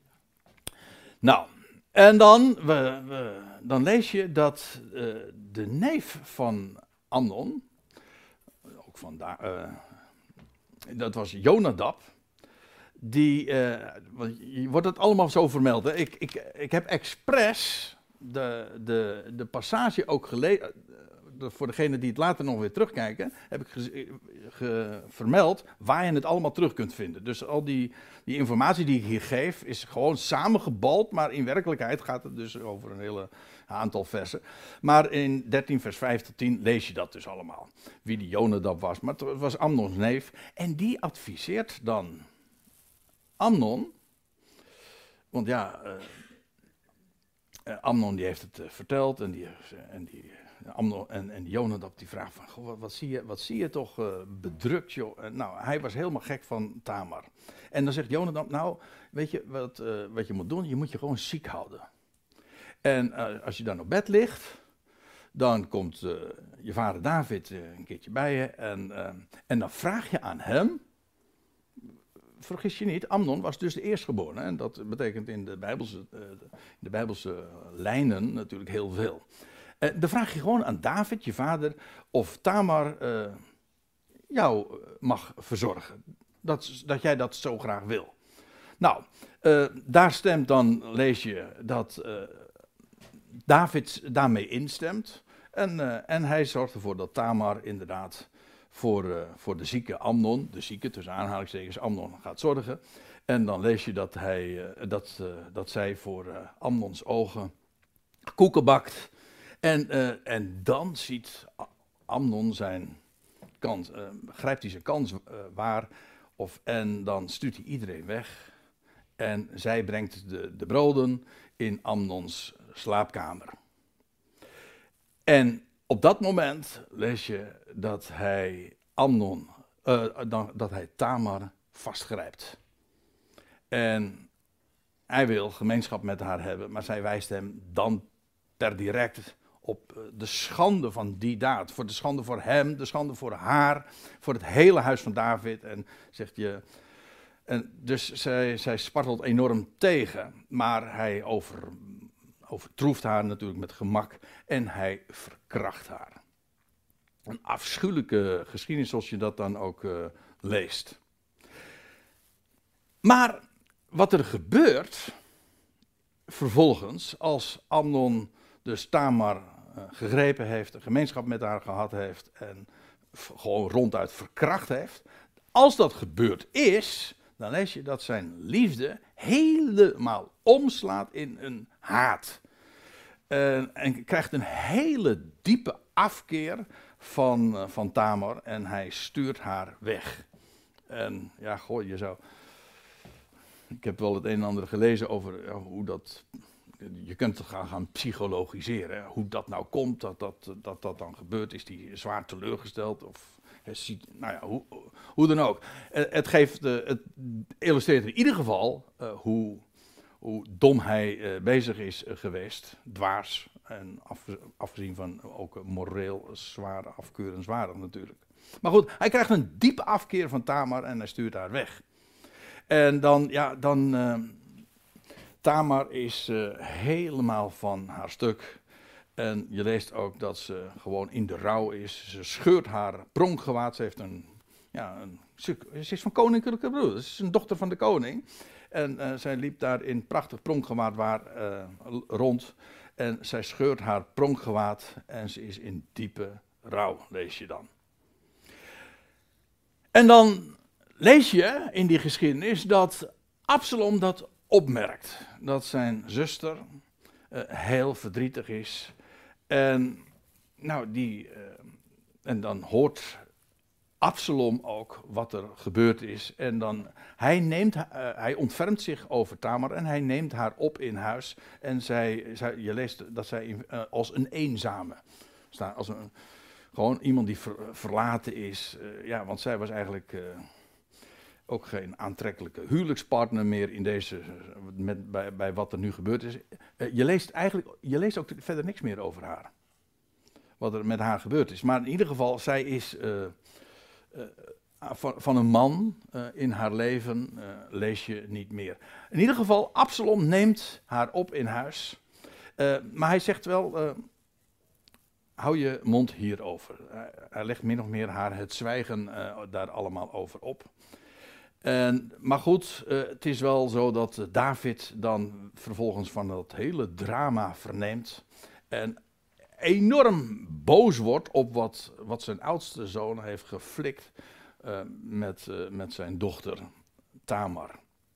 Nou, en dan... We, we, Dan lees je dat uh, de neef van Amnon, ook van daar, uh, dat was Jonadab, die, uh, wordt het allemaal zo vermeld. Hè? Ik, ik, ik heb expres de, de, de passage ook gelezen, uh, voor degenen die het later nog weer terugkijken, heb ik ge, ge, vermeld waar je het allemaal terug kunt vinden. Dus al die, die informatie die ik hier geef is gewoon samengebald, maar in werkelijkheid gaat het dus over een hele... aantal versen. Maar in dertien vers vijf tot tien lees je dat dus allemaal. Wie die Jonadab was. Maar het was Amnons neef. En die adviseert dan Amnon. Want ja, uh, Amnon die heeft het uh, verteld. En die, en die, Amnon, en, en die Jonadab die vraagt van, goh, wat, wat, zie je, wat zie je toch uh, bedrukt, joh. En nou, hij was helemaal gek van Tamar. En dan zegt Jonadab, nou, weet je wat, uh, wat je moet doen? Je moet je gewoon ziek houden. En uh, als je dan op bed ligt, dan komt uh, je vader David uh, een keertje bij je. En, uh, en dan vraag je aan hem, vergis je niet, Amnon was dus de eerstgeborene. En dat betekent in de Bijbelse, uh, in de Bijbelse lijnen natuurlijk heel veel. Uh, dan vraag je gewoon aan David, je vader, of Tamar uh, jou mag verzorgen. Dat, dat jij dat zo graag wil. Nou, uh, daar stemt dan, lees je, dat... Uh, David daarmee instemt en, uh, en hij zorgt ervoor dat Tamar inderdaad voor, uh, voor de zieke Amnon, de zieke tussen aanhalingstekens Amnon, gaat zorgen. En dan lees je dat, hij, uh, dat, uh, dat zij voor uh, Amnons ogen koeken bakt. En, uh, en dan ziet Amnon zijn kans, uh, grijpt hij zijn kans uh, waar of, en dan stuurt hij iedereen weg. En zij brengt de, de broden in Amnons slaapkamer. En op dat moment lees je dat hij Amnon, uh, dan, dat hij Tamar vastgrijpt. En hij wil gemeenschap met haar hebben, maar zij wijst hem dan per direct op de schande van die daad. Voor de schande voor hem, de schande voor haar, voor het hele huis van David. En zegt je... En dus zij, zij spartelt enorm tegen, maar hij over, overtroeft haar natuurlijk met gemak en hij verkracht haar. Een afschuwelijke geschiedenis zoals je dat dan ook uh, leest. Maar wat er gebeurt vervolgens als Amnon dus Tamar uh, gegrepen heeft, een gemeenschap met haar gehad heeft en f- gewoon ronduit verkracht heeft. als dat gebeurd is, dan lees je dat zijn liefde helemaal omslaat in een haat. Uh, en krijgt een hele diepe afkeer van, uh, van Tamar en hij stuurt haar weg. En ja, goh, je zou... Ik heb wel het een en ander gelezen over uh, hoe dat... Je kunt het gaan, gaan psychologiseren, hè, hoe dat nou komt, dat dat, dat dat dan gebeurt. Is die zwaar teleurgesteld of... Nou ja, hoe, hoe dan ook. Het, geeft, het illustreert in ieder geval uh, hoe, hoe dom hij uh, bezig is uh, geweest. Dwaas. En af, afgezien van ook moreel zwaar, afkeurenswaardig natuurlijk. Maar goed, hij krijgt een diepe afkeer van Tamar en hij stuurt haar weg. En dan, ja, dan... Uh, Tamar is uh, helemaal van haar stuk. En je leest ook dat ze gewoon in de rouw is. Ze scheurt haar pronkgewaad. Ze heeft een, ja, een, ze is van koninklijke broer. Ze is een dochter van de koning. En uh, zij liep daar in prachtig pronkgewaad waar, uh, rond. En zij scheurt haar pronkgewaad en ze is in diepe rouw, lees je dan. En dan lees je in die geschiedenis dat Absalom dat opmerkt. Dat zijn zuster uh, heel verdrietig is. En, nou, die, uh, en dan hoort Absalom ook wat er gebeurd is. En dan, hij, neemt, uh, hij ontfermt zich over Tamar en hij neemt haar op in huis. En zij, zij, je leest dat zij in, uh, als een eenzame staat. Als een, gewoon iemand die ver, verlaten is. Uh, ja, want zij was eigenlijk... Uh, ook geen aantrekkelijke huwelijkspartner meer in deze, met, bij, bij wat er nu gebeurd is. Uh, je leest eigenlijk, je leest ook verder niks meer over haar. Wat er met haar gebeurd is. Maar in ieder geval, zij is uh, uh, van, van een man uh, in haar leven, uh, lees je niet meer. In ieder geval, Absalom neemt haar op in huis. Uh, maar hij zegt wel, uh, hou je mond hierover. Uh, hij legt min of meer haar het zwijgen uh, daar allemaal over op. En, maar goed, uh, het is wel zo dat uh, David dan vervolgens van dat hele drama verneemt en enorm boos wordt op wat, wat zijn oudste zoon heeft geflikt uh, met, uh, met zijn dochter Tamar.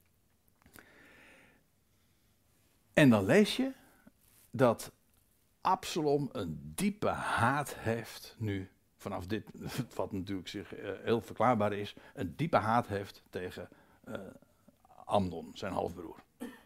En dan lees je dat Absalom een diepe haat heeft nu. Vanaf dit, wat natuurlijk zich uh, heel verklaarbaar is, een diepe haat heeft tegen uh, Amnon, zijn halfbroer.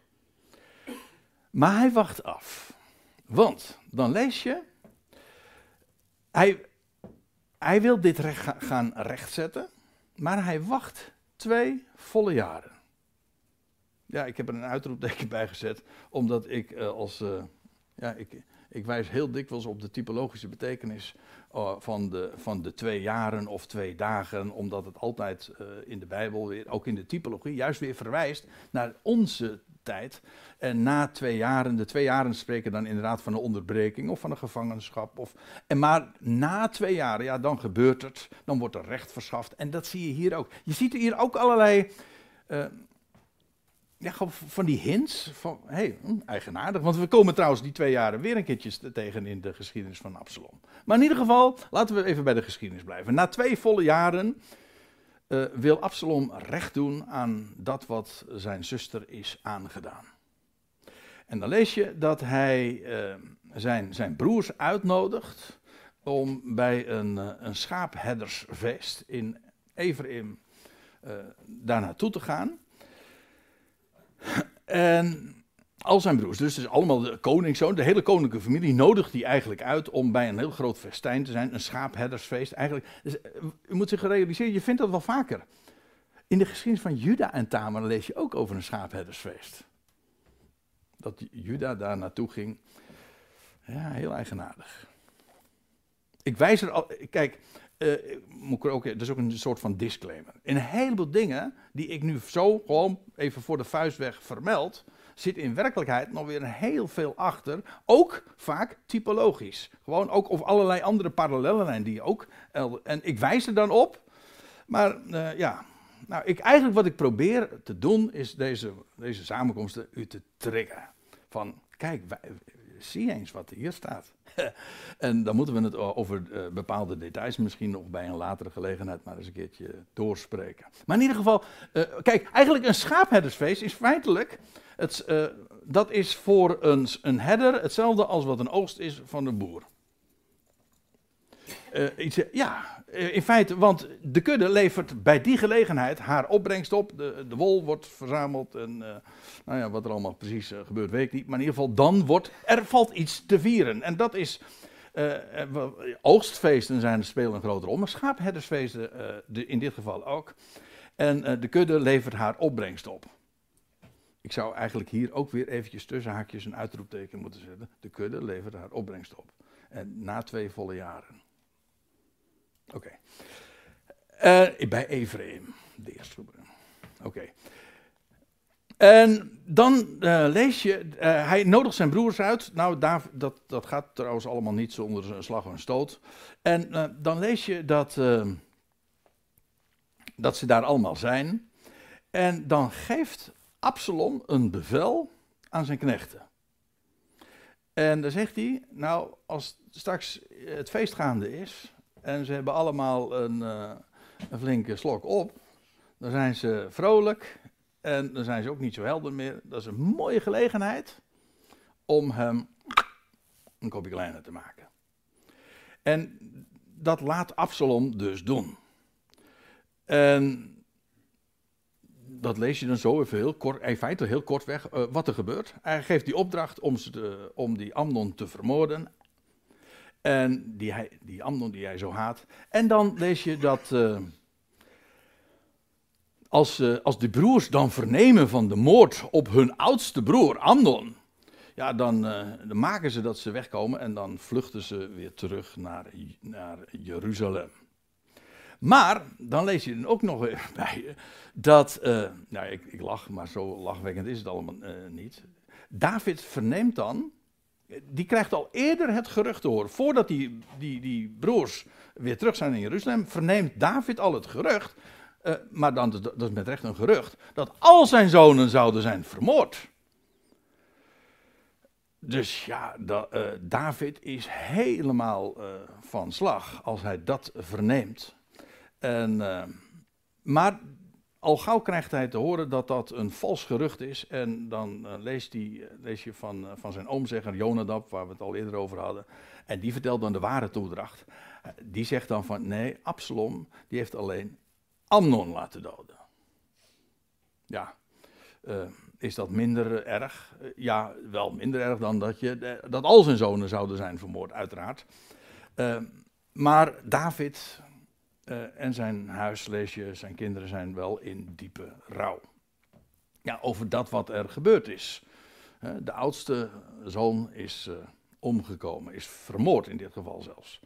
Maar hij wacht af. Want, dan lees je, hij, hij wil dit recht gaan rechtzetten, maar hij wacht twee volle jaren. Ja, ik heb er een uitroepteken bij gezet, omdat ik uh, als, uh, ja, ik... Ik wijs heel dikwijls op de typologische betekenis uh, van, de, van de twee jaren of twee dagen, omdat het altijd uh, in de Bijbel, weer, ook in de typologie, juist weer verwijst naar onze tijd. En na twee jaren, de twee jaren spreken dan inderdaad van een onderbreking of van een gevangenschap. Of, en maar na twee jaren, ja, dan gebeurt het, dan wordt er recht verschaft. En dat zie je hier ook. Je ziet hier ook allerlei... Uh, Ja, gewoon van die hints van, hé, hey, eigenaardig. Want we komen trouwens die twee jaren weer een keertje tegen in de geschiedenis van Absalom. Maar in ieder geval, laten we even bij de geschiedenis blijven. Na twee volle jaren uh, wil Absalom recht doen aan dat wat zijn zuster is aangedaan. En dan lees je dat hij uh, zijn, zijn broers uitnodigt om bij een, uh, een schaapherdersfeest in Ephraim uh, daar naartoe te gaan. En al zijn broers, dus het is allemaal de koningszoon, de hele koninklijke familie, nodigt hij eigenlijk uit om bij een heel groot festijn te zijn, een schaapherdersfeest. Eigenlijk, dus, u moet zich realiseren, je vindt dat wel vaker. In de geschiedenis van Juda en Tamar lees je ook over een schaapherdersfeest. Dat Juda daar naartoe ging. Ja, heel eigenaardig. Ik wijs er al, kijk, uh, moet ik er ook, dat is ook een soort van disclaimer. In een heleboel dingen die ik nu zo gewoon even voor de vuist weg vermeld, zit in werkelijkheid nog weer heel veel achter. Ook vaak typologisch. Gewoon ook of allerlei andere parallellen die ook. En ik wijs er dan op. Maar uh, ja, nou, ik, eigenlijk wat ik probeer te doen is deze, deze samenkomsten u te triggeren. Van, kijk, wij, zie eens wat hier staat. En dan moeten we het over uh, bepaalde details misschien nog bij een latere gelegenheid maar eens een keertje doorspreken. Maar in ieder geval, uh, kijk, eigenlijk een schaapherdersfeest is feitelijk, het, uh, dat is voor een, een herder hetzelfde als wat een oogst is van een boer. Uh, iets, ja, in feite, want de kudde levert bij die gelegenheid haar opbrengst op. De, de wol wordt verzameld en uh, nou ja, wat er allemaal precies uh, gebeurt weet ik niet. Maar in ieder geval dan wordt, er valt iets te vieren. En dat is, uh, uh, oogstfeesten zijn, spelen een grote rol, maar schaapherdersfeesten uh, de, in dit geval ook. En uh, de kudde levert haar opbrengst op. Ik zou eigenlijk hier ook weer eventjes tussen haakjes een uitroepteken moeten zetten. De kudde levert haar opbrengst op. En na twee volle jaren. Oké. Okay. Uh, bij Ephraim, de eerste. Oké. Okay. En dan uh, lees je, uh, hij nodigt zijn broers uit. Nou, daar, dat, dat gaat trouwens allemaal niet zonder een slag of een stoot. En uh, dan lees je dat, uh, dat ze daar allemaal zijn. En dan geeft Absalom een bevel aan zijn knechten. En dan zegt hij, nou, als straks het feest gaande is en ze hebben allemaal een, uh, een flinke slok op, dan zijn ze vrolijk en dan zijn ze ook niet zo helder meer. Dat is een mooie gelegenheid om hem een kopje kleiner te maken. En dat laat Absalom dus doen. En dat lees je dan zo even heel kort, in feite heel kortweg, uh, wat er gebeurt. Hij geeft die opdracht om, ze te, om die Amnon te vermoorden. En die, hij, die Amnon die hij zo haat. En dan lees je dat uh, als, uh, als de broers dan vernemen van de moord op hun oudste broer, Amnon. Ja, dan, uh, dan maken ze dat ze wegkomen en dan vluchten ze weer terug naar, naar Jeruzalem. Maar, dan lees je er ook nog weer bij dat, uh, nou ik, ik lach, maar zo lachwekkend is het allemaal uh, niet. David verneemt dan, die krijgt al eerder het gerucht te horen, voordat die, die, die broers weer terug zijn in Jeruzalem, verneemt David al het gerucht, uh, maar dan, dat is met recht een gerucht, dat al zijn zonen zouden zijn vermoord. Dus ja, da, uh, David is helemaal uh, van slag als hij dat verneemt. En, uh, maar al gauw krijgt hij te horen dat dat een vals gerucht is. En dan uh, leest, die, uh, lees je van, uh, van zijn oomzegger Jonadab, waar we het al eerder over hadden. En die vertelt dan de ware toedracht. Uh, die zegt dan van, nee, Absalom, die heeft alleen Amnon laten doden. Ja, uh, is dat minder erg? Uh, ja, wel minder erg dan dat, je, uh, dat al zijn zonen zouden zijn vermoord, uiteraard. Uh, maar David... Uh, en zijn huis, lees je, zijn kinderen zijn wel in diepe rouw. Ja, over dat wat er gebeurd is. Uh, de oudste zoon is uh, omgekomen, is vermoord in dit geval zelfs.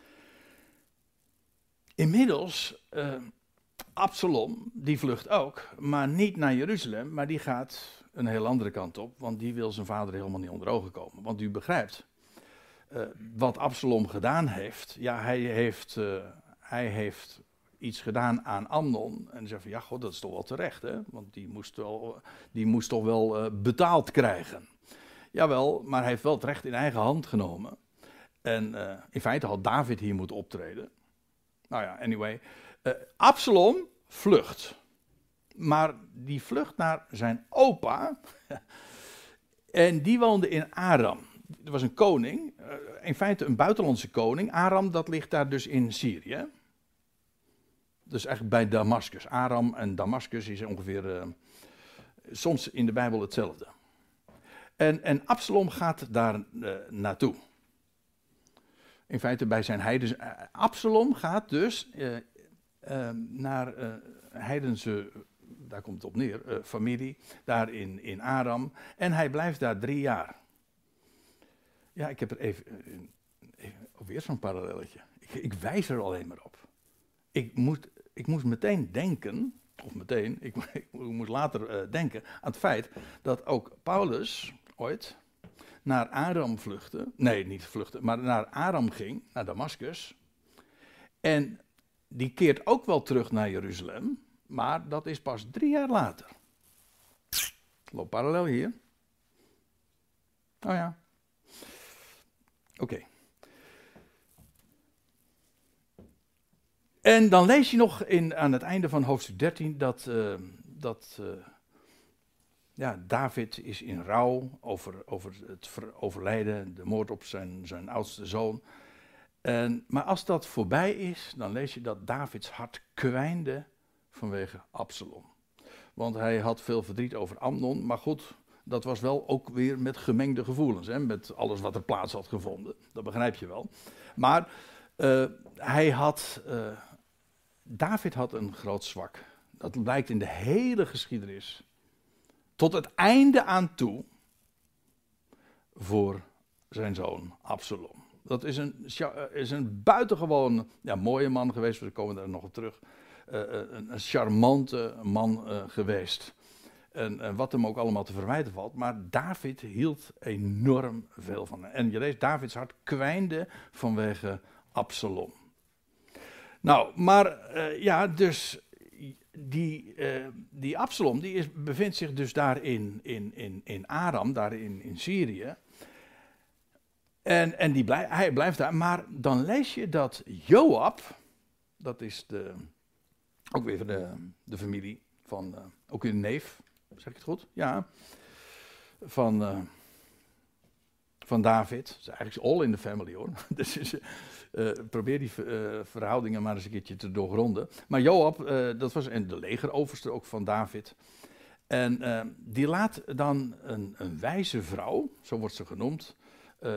Inmiddels, uh, Absalom, die vlucht ook, maar niet naar Jeruzalem, maar die gaat een heel andere kant op, want die wil zijn vader helemaal niet onder ogen komen. Want u begrijpt, uh, wat Absalom gedaan heeft, ja, hij heeft... Uh, Hij heeft iets gedaan aan Amnon. En hij zegt van, ja, god, dat is toch wel terecht, hè? Want die moest, wel, die moest toch wel uh, betaald krijgen. Jawel, maar hij heeft wel het recht in eigen hand genomen. En uh, in feite had David hier moeten optreden. Nou ja, anyway. Uh, Absalom vlucht. Maar die vlucht naar zijn opa. En die woonde in Aram. Er was een koning, uh, in feite een buitenlandse koning. Aram, dat ligt daar dus in Syrië. Dus eigenlijk bij Damascus. Aram en Damascus is ongeveer uh, soms in de Bijbel hetzelfde. En, en Absalom gaat daar uh, naartoe. In feite bij zijn heidens... Uh, Absalom gaat dus uh, uh, naar uh, heidense... Daar komt het op neer, uh, familie, daar in, in Aram. En hij blijft daar drie jaar. Ja, ik heb er even, even weer zo'n parallelletje. Ik, ik wijs er alleen maar op. Ik moest, ik moest meteen denken, of meteen, ik, ik moest later uh, denken aan het feit dat ook Paulus ooit naar Aram vluchtte. Nee, niet vluchtte, maar naar Aram ging, naar Damascus. En die keert ook wel terug naar Jeruzalem, maar dat is pas drie jaar later. Loopt parallel hier. Oh ja. Oké. Okay. En dan lees je nog in, aan het einde van hoofdstuk dertien dat, uh, dat uh, ja, David is in rouw over, over het overlijden, de moord op zijn, zijn oudste zoon. En, maar als dat voorbij is, dan lees je dat Davids hart kwijnde vanwege Absalom. Want hij had veel verdriet over Amnon, maar goed, dat was wel ook weer met gemengde gevoelens, hè, met alles wat er plaats had gevonden. Dat begrijp je wel. Maar uh, hij had, uh, David had een groot zwak. Dat blijkt in de hele geschiedenis, tot het einde aan toe, voor zijn zoon Absalom. Dat is een, is een buitengewoon ja, mooie man geweest, we komen daar nog op terug. Uh, een, een charmante man uh, geweest. En, en wat hem ook allemaal te verwijten valt. Maar David hield enorm veel van hem. En je leest, Davids hart kwijnde vanwege Absalom. Nou, maar uh, ja, dus die, uh, die Absalom, die is, bevindt zich dus daar in, in, in, in Aram, daar in, in Syrië. En, en die blij, hij blijft daar. Maar dan lees je dat Joab, dat is de, ook weer de, de familie van, uh, ook een neef, zeg ik het goed? Ja, van, uh, van David. Dat is eigenlijk all in the family hoor. Dus is, uh, probeer die uh, verhoudingen maar eens een keertje te doorgronden. Maar Joab, uh, dat was en de legeroverste ook van David. En uh, die laat dan een, een wijze vrouw, zo wordt ze genoemd, uh,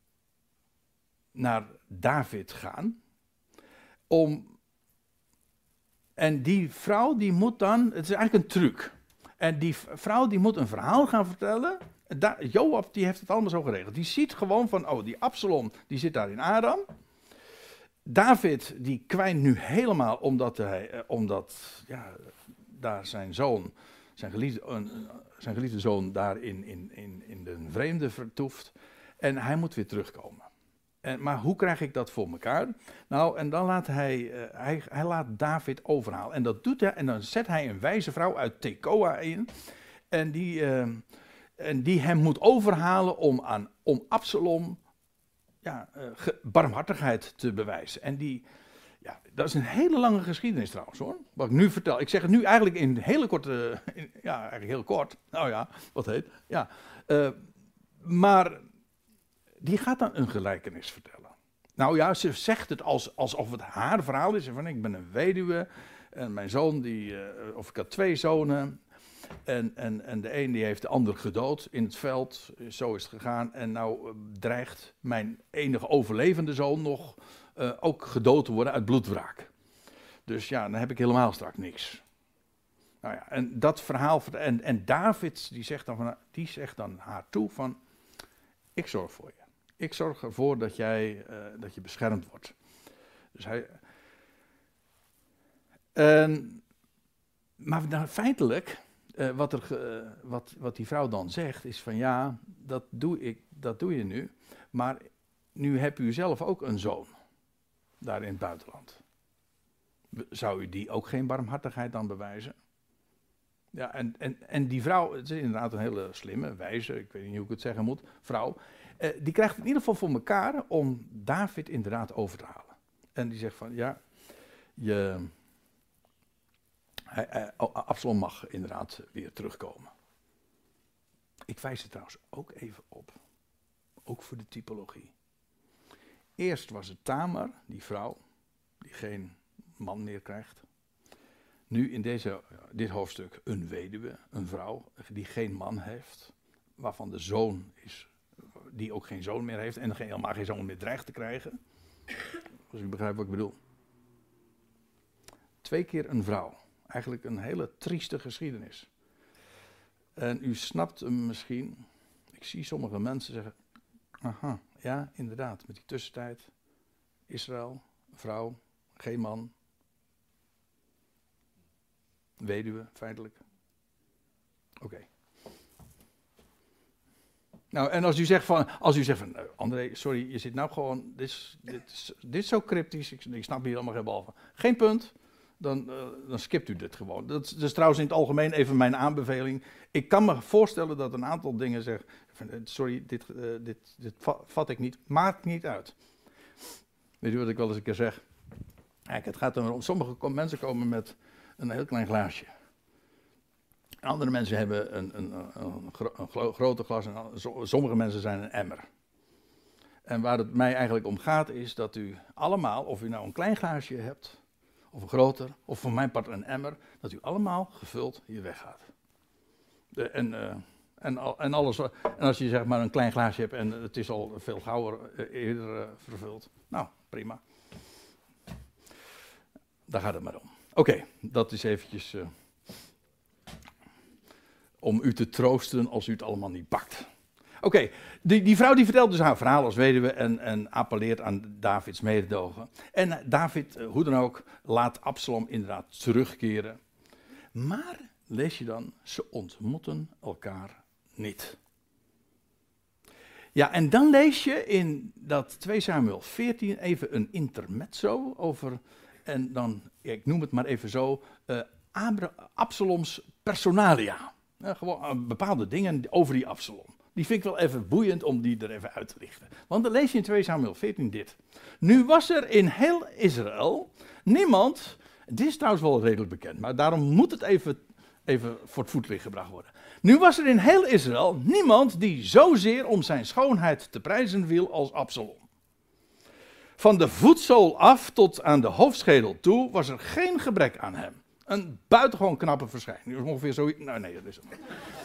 naar David gaan. Om, en die vrouw die moet dan, het is eigenlijk een truc. En die vrouw die moet een verhaal gaan vertellen. Da, Joab die heeft het allemaal zo geregeld. Die ziet gewoon van, oh die Absalom die zit daar in Aram. David die kwijnt nu helemaal omdat, hij, omdat ja, daar zijn zoon, zijn geliefde, uh, zijn geliefde zoon daar in, in, in, in de vreemde vertoeft. En hij moet weer terugkomen. En, maar hoe krijg ik dat voor elkaar? Nou, en dan laat hij, uh, hij, hij laat David overhalen. En dat doet hij, en dan zet hij een wijze vrouw uit Tekoa in. En die, uh, en die hem moet overhalen om, aan, om Absalom ja, uh, ge, barmhartigheid te bewijzen. En die, ja, dat is een hele lange geschiedenis trouwens hoor. Wat ik nu vertel. Ik zeg het nu eigenlijk in hele korte, in, ja, eigenlijk heel kort. Nou ja, wat heet. Ja, uh, maar die gaat dan een gelijkenis vertellen. Nou ja, ze zegt het als, alsof het haar verhaal is. Van ik ben een weduwe en mijn zoon, die, uh, of ik had twee zonen. En, en, en de een die heeft de ander gedood in het veld. Zo is het gegaan. En nou uh, dreigt mijn enige overlevende zoon nog uh, ook gedood te worden uit bloedwraak. Dus ja, dan heb ik helemaal straks niks. Nou ja, en dat verhaal, en, en David die zegt, dan van, die zegt dan haar toe van, ik zorg voor je. Ik zorg ervoor dat jij, uh, dat je beschermd wordt. Dus hij, en, maar nou, feitelijk, uh, wat, er, uh, wat, wat die vrouw dan zegt, is van ja, dat doe ik, dat doe je nu. Maar nu heb u zelf ook een zoon, daar in het buitenland. Zou u die ook geen barmhartigheid dan bewijzen? Ja, en, en, en die vrouw, het is inderdaad een hele slimme, wijze, ik weet niet hoe ik het zeggen moet, vrouw. Uh, die krijgt in ieder geval voor elkaar om David inderdaad over te halen. En die zegt van, ja, je, hij, hij, Absalom mag inderdaad weer terugkomen. Ik wijs er trouwens ook even op, ook voor de typologie. Eerst was het Tamar, die vrouw, die geen man meer krijgt. Nu in deze, dit hoofdstuk een weduwe, een vrouw die geen man heeft, waarvan de zoon is, die ook geen zoon meer heeft en geen, helemaal geen zoon meer dreigt te krijgen. Als u begrijpt wat ik bedoel. Twee keer een vrouw. Eigenlijk een hele trieste geschiedenis. En u snapt hem misschien. Ik zie sommige mensen zeggen, aha, ja, inderdaad, met die tussentijd. Israël, vrouw, geen man. Weduwe, feitelijk. Oké. Okay. Nou, en als u zegt van, als u zegt van, André, sorry, je zit nou gewoon, dit is, dit is, dit is zo cryptisch, ik, ik snap hier helemaal geen bal van. Geen punt, dan, uh, dan skipt u dit gewoon. Dat is, dat is trouwens in het algemeen even mijn aanbeveling. Ik kan me voorstellen dat een aantal dingen zeggen, sorry, dit, uh, dit, dit vat ik niet, maakt niet uit. Weet u wat ik wel eens een keer zeg? Kijk, het gaat erom, sommige mensen komen met een heel klein glaasje. Andere mensen hebben een, een, een, gro- een gro- groter glas en sommige mensen zijn een emmer. En waar het mij eigenlijk om gaat is dat u allemaal, of u nou een klein glaasje hebt, of een groter, of voor mijn part een emmer, dat u allemaal gevuld hier weggaat. De, en, uh, en, al, en, alles, en als je zeg maar een klein glaasje hebt en het is al veel gauwer uh, eerder uh, vervuld, nou prima. Daar gaat het maar om. Oké, okay, dat is eventjes uh, om u te troosten als u het allemaal niet pakt. Oké, okay, die, die vrouw die vertelt dus haar verhaal als weduwe en, en appelleert aan Davids mededogen. En David, hoe dan ook, laat Absalom inderdaad terugkeren. Maar, lees je dan, ze ontmoeten elkaar niet. Ja, en dan lees je in dat twee Samuel veertien even een intermezzo over, en dan, ik noem het maar even zo, uh, Abra- Absaloms personalia. Uh, gewoon uh, bepaalde dingen over die Absalom. Die vind ik wel even boeiend om die er even uit te lichten. Want dan lees je in twee Samuel veertien dit. Nu was er in heel Israël niemand, dit is trouwens wel redelijk bekend, maar daarom moet het even, even voor het voetlicht gebracht worden. Nu was er in heel Israël niemand die zozeer om zijn schoonheid te prijzen viel als Absalom. Van de voetzool af tot aan de hoofdschedel toe was er geen gebrek aan hem. Een buitengewoon knappe verschijning. Ongeveer zoiets. Nou nee, dat is het niet.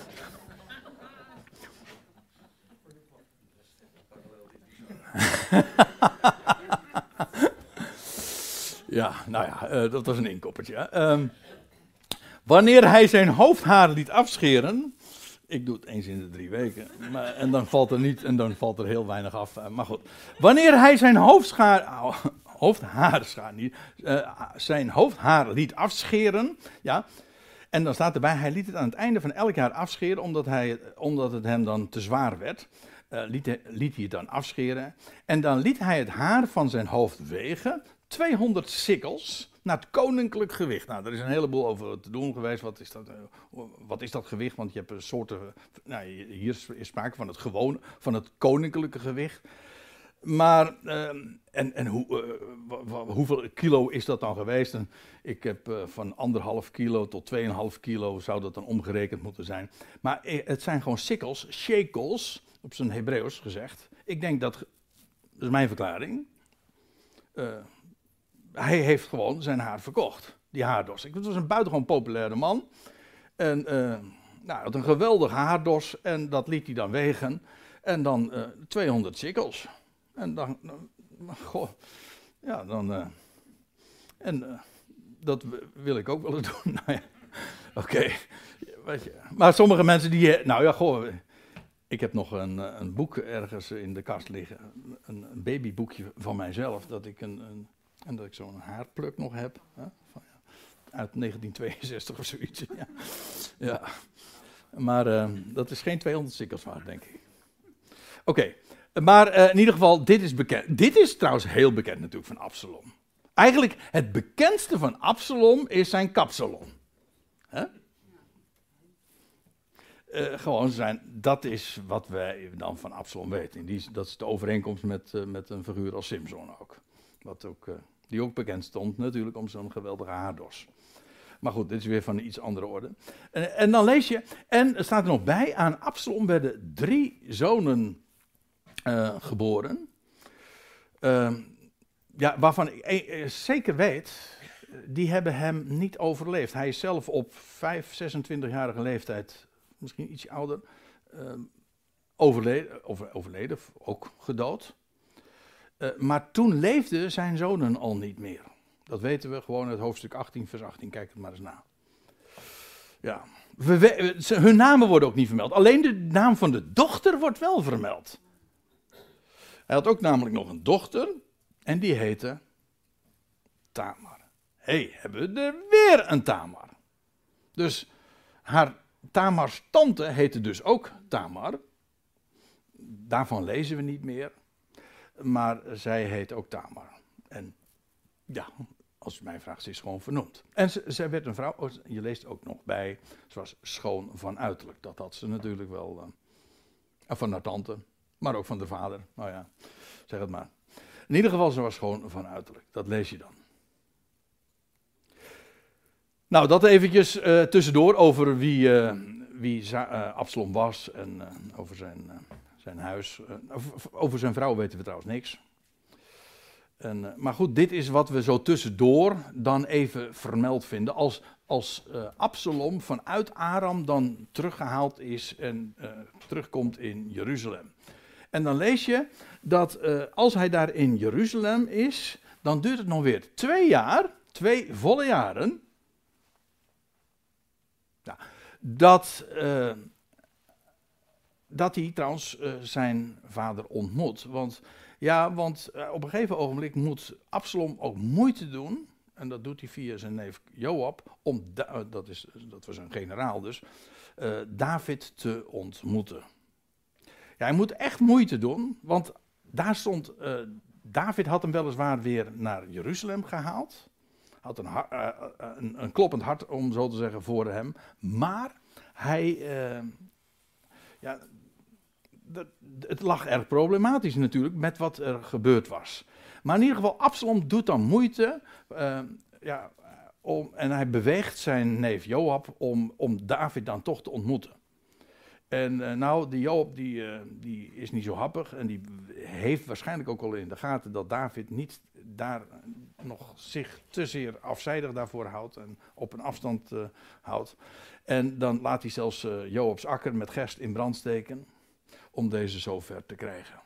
Ja, nou ja, uh, dat was een inkoppertje. Um, wanneer hij zijn hoofdhaar liet afscheren, ik doe het eens in de drie weken, maar, en dan valt er niet, en dan valt er heel weinig af. Uh, maar goed, wanneer hij zijn hoofdschaar, uh, hoofdhaar, schaar niet, uh, zijn hoofdhaar liet afscheren, ja. En dan staat erbij, hij liet het aan het einde van elk jaar afscheren, omdat, hij, omdat het hem dan te zwaar werd. Uh, liet, hij, liet hij het dan afscheren. En dan liet hij het haar van zijn hoofd wegen, tweehonderd sikkels, naar het koninklijk gewicht. Nou, er is een heleboel over te doen geweest. Wat is dat, uh, wat is dat gewicht? Want je hebt een soorten, nou, hier is sprake van het gewone, van het koninklijke gewicht. Maar, uh, en, en hoe, uh, w- w- hoeveel kilo is dat dan geweest? En ik heb uh, van anderhalf kilo tot tweeënhalf kilo zou dat dan omgerekend moeten zijn. Maar het zijn gewoon sikkels, shekels, op zijn Hebreeuws gezegd. Ik denk dat, dat is mijn verklaring. Uh, hij heeft gewoon zijn haar verkocht, die haardos. Het was een buitengewoon populaire man. En uh, nou, had een geweldig haardos en dat liet hij dan wegen. En dan uh, tweehonderd sikkels. En dan, dan goh, ja, dan, uh, en uh, dat wil ik ook wel eens doen. Nou ja, oké. Okay. Maar sommige mensen die, nou ja, goh, ik heb nog een, een boek ergens in de kast liggen, een, een babyboekje van mijzelf, dat ik een, een en dat ik zo'n haarpluk nog heb, hè, van, ja, uit negentien tweeënzestig of zoiets. Ja, ja. Maar uh, dat is geen tweehonderd sikkels waard, denk ik. Oké. Okay. Maar uh, in ieder geval, dit is bekend. Dit is trouwens heel bekend natuurlijk van Absalom. Eigenlijk het bekendste van Absalom is zijn kapsalon. Huh? Uh, gewoon zijn, dat is wat wij dan van Absalom weten. Die, dat is de overeenkomst met, uh, met een figuur als Simson ook. Wat ook uh, die ook bekend stond natuurlijk om zo'n geweldige haardos. Maar goed, dit is weer van een iets andere orde. En, en dan lees je, en er staat er nog bij, aan Absalom werden drie zonen Uh, geboren, uh, ja, waarvan ik e- zeker weet, die hebben hem niet overleefd. Hij is zelf op vijf, zesentwintigjarige leeftijd, misschien iets ouder, uh, overleden, over, overleden, ook gedood. Uh, maar toen leefden zijn zonen al niet meer. Dat weten we gewoon uit hoofdstuk achttien, vers achttien, kijk het maar eens na. Ja, we, we, ze, hun namen worden ook niet vermeld, alleen de naam van de dochter wordt wel vermeld. Hij had ook namelijk nog een dochter en die heette Tamar. Hé, hey, hebben we er weer een Tamar. Dus haar Tamars tante heette dus ook Tamar. Daarvan lezen we niet meer. Maar zij heet ook Tamar. En ja, Als u mij vraagt, ze is gewoon vernoemd. En ze, zij werd een vrouw, je leest ook nog bij, ze was schoon van uiterlijk. Dat had ze natuurlijk wel, uh, van haar tante, maar ook van de vader. Nou ja, zeg het maar. In ieder geval, ze was schoon van uiterlijk. Dat lees je dan. Nou, dat eventjes uh, tussendoor over wie, uh, wie uh, Absalom was en uh, over zijn, uh, zijn huis. Uh, over, over zijn vrouw weten we trouwens niks. En, uh, maar goed, dit is wat we zo tussendoor dan even vermeld vinden. Als, als uh, Absalom vanuit Aram dan teruggehaald is en uh, terugkomt in Jeruzalem. En dan lees je dat uh, als hij daar in Jeruzalem is, dan duurt het nog weer twee jaar, twee volle jaren. Ja, dat, uh, dat hij trouwens uh, zijn vader ontmoet. Want, ja, want uh, op een gegeven ogenblik moet Absalom ook moeite doen. En dat doet hij via zijn neef Joab. Om, da- uh, dat, is, dat was een generaal dus. Uh, David te ontmoeten. Ja, hij moet echt moeite doen. Want daar stond. Uh, David had hem weliswaar weer naar Jeruzalem gehaald. Had een, uh, een, een kloppend hart, om zo te zeggen, voor hem. Maar hij, uh, ja, de, de, het lag erg problematisch natuurlijk met wat er gebeurd was. Maar in ieder geval, Absalom doet dan moeite. Uh, ja, om, en hij beweegt zijn neef Joab om, om David dan toch te ontmoeten. En uh, nou, die Joab die, uh, die is niet zo happig en die heeft waarschijnlijk ook al in de gaten dat David niet daar nog zich te zeer afzijdig daarvoor houdt en op een afstand uh, houdt. En dan laat hij zelfs uh, Joabs akker met gerst in brand steken om deze zover te krijgen.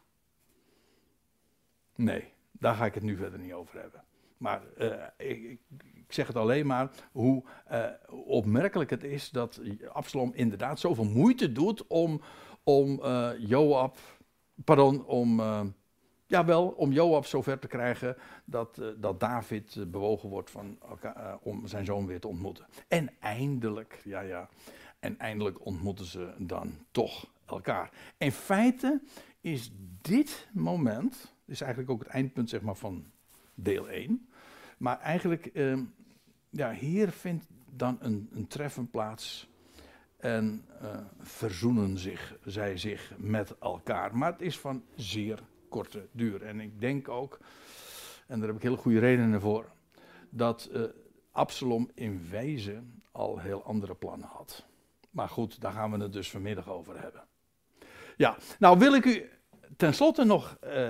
Nee, daar ga ik het nu verder niet over hebben. Maar uh, ik, ik zeg het alleen maar hoe uh, opmerkelijk het is dat Absalom inderdaad zoveel moeite doet om, om uh, Joab, pardon, om, uh, jawel, om Joab zover te krijgen dat, uh, dat David uh, bewogen wordt van elkaar, uh, om zijn zoon weer te ontmoeten. En eindelijk, ja ja, en eindelijk ontmoeten ze dan toch elkaar. In feite is dit moment, is eigenlijk ook het eindpunt zeg maar van deel één. Maar eigenlijk, uh, ja, hier vindt dan een, een treffen plaats. En uh, verzoenen zich, zij zich met elkaar. Maar het is van zeer korte duur. En ik denk ook, en daar heb ik hele goede redenen voor, dat uh, Absalom in wezen al heel andere plannen had. Maar goed, daar gaan we het dus vanmiddag over hebben. Ja, nou wil ik u tenslotte nog Uh,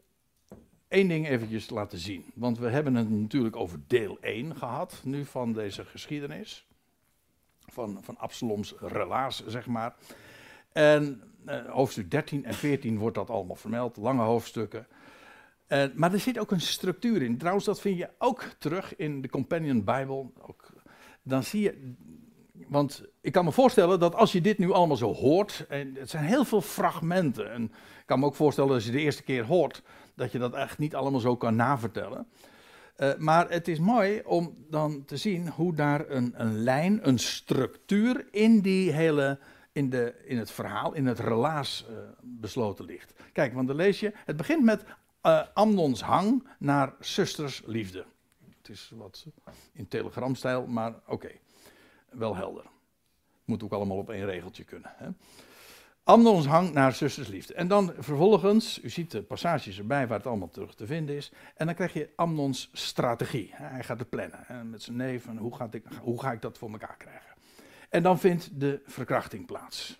Eén ding eventjes laten zien, want we hebben het natuurlijk over deel één gehad, nu van deze geschiedenis, van, van Absaloms relaas, zeg maar. En uh, hoofdstuk dertien en veertien wordt dat allemaal vermeld, lange hoofdstukken. Uh, maar er zit ook een structuur in, trouwens dat vind je ook terug in de Companion Bible. Ook, dan zie je, want ik kan me voorstellen dat als je dit nu allemaal zo hoort, en het zijn heel veel fragmenten, en ik kan me ook voorstellen als je de eerste keer hoort, dat je dat echt niet allemaal zo kan navertellen. Uh, maar het is mooi om dan te zien hoe daar een, een lijn, een structuur in die hele, in, de, in het verhaal, in het relaas uh, besloten ligt. Kijk, want dan lees je, het begint met uh, Amnons hang naar zustersliefde. Het is wat in telegramstijl, maar oké, okay, wel helder. Moet ook allemaal op één regeltje kunnen, hè. Amnons hang naar zustersliefde. En dan vervolgens, u ziet de passages erbij waar het allemaal terug te vinden is. En dan krijg je Amnons strategie. Hij gaat het plannen hè, met zijn neef. En hoe, gaat ik, hoe ga ik dat voor elkaar krijgen? En dan vindt de verkrachting plaats.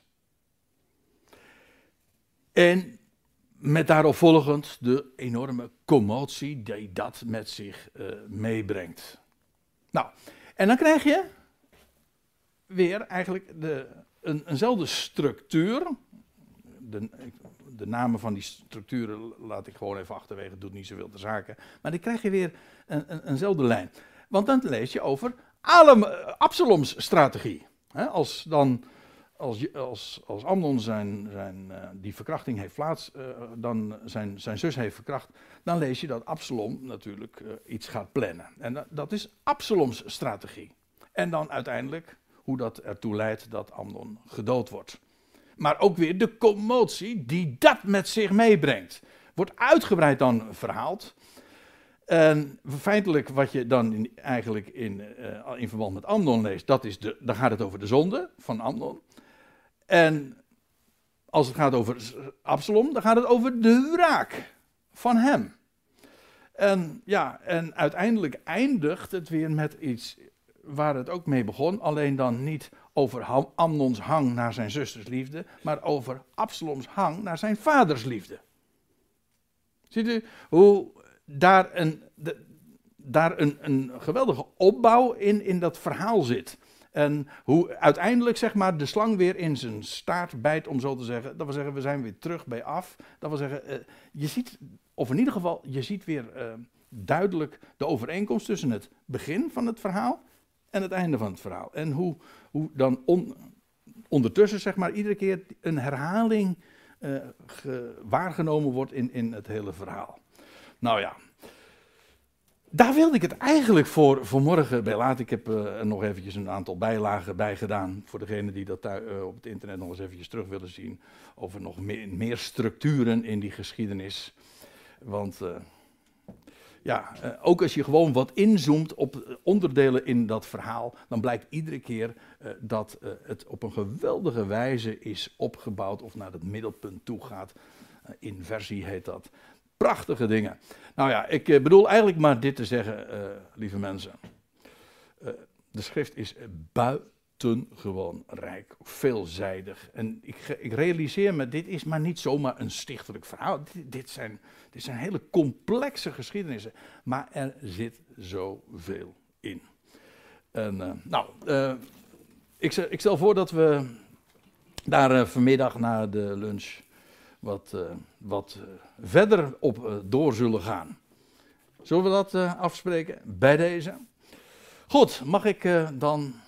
En met daarop volgend de enorme commotie die dat met zich uh, meebrengt. Nou, en dan krijg je weer eigenlijk de... Een, eenzelfde structuur, de, de namen van die structuren laat ik gewoon even achterwege, doet niet zoveel te zaken, maar dan krijg je weer een, een, eenzelfde lijn. Want dan lees je over Alem, Absaloms strategie. He, als dan, als, als, als Amnon zijn, zijn, uh, die verkrachting heeft plaats, uh, dan zijn, zijn zus heeft verkracht, dan lees je dat Absalom natuurlijk uh, iets gaat plannen. En dat, dat is Absaloms strategie. En dan uiteindelijk hoe dat ertoe leidt dat Amnon gedood wordt. Maar ook weer de commotie die dat met zich meebrengt. Wordt uitgebreid dan verhaald. En feitelijk wat je dan in, eigenlijk in, uh, in verband met Amnon leest, dat is de, dan gaat het over de zonde van Amnon. En als het gaat over Absalom, dan gaat het over de wraak van hem. En ja, en uiteindelijk eindigt het weer met iets waar het ook mee begon. Alleen dan niet over Amnons hang naar zijn zusters liefde, maar over Absaloms hang naar zijn vaders liefde. Ziet u hoe daar een, de, daar een, een geweldige opbouw in, in dat verhaal zit. En hoe uiteindelijk zeg maar de slang weer in zijn staart bijt, om zo te zeggen. Dat wil zeggen, we zijn weer terug bij af. Dat wil zeggen, uh, je ziet, of in ieder geval, je ziet weer uh, duidelijk de overeenkomst tussen het begin van het verhaal en het einde van het verhaal. En hoe, hoe dan on, ondertussen zeg maar iedere keer een herhaling uh, ge, waargenomen wordt in, in het hele verhaal. Nou ja. Daar wilde ik het eigenlijk voor, voor morgen bij laten. Ik heb uh, er nog eventjes een aantal bijlagen bij gedaan. Voor degenen die dat daar, uh, op het internet nog eens eventjes terug willen zien. Over nog meer, meer structuren in die geschiedenis. Want uh, ja, uh, ook als je gewoon wat inzoomt op onderdelen in dat verhaal. Dan blijkt iedere keer uh, dat uh, het op een geweldige wijze is opgebouwd. Of naar het middelpunt toe gaat. Uh, inversie heet dat. Prachtige dingen. Nou ja, ik bedoel eigenlijk maar dit te zeggen, uh, lieve mensen. Uh, de schrift is buitengewoon rijk, veelzijdig. En ik, ik realiseer me, dit is maar niet zomaar een stichtelijk verhaal. Dit, dit, zijn, dit zijn hele complexe geschiedenissen. Maar er zit zoveel in. En, uh, nou, uh, ik, ik stel voor dat we daar uh, vanmiddag na de lunch wat, uh, wat uh, verder op uh, door zullen gaan. Zullen we dat uh, afspreken bij deze? Goed, mag ik uh, dan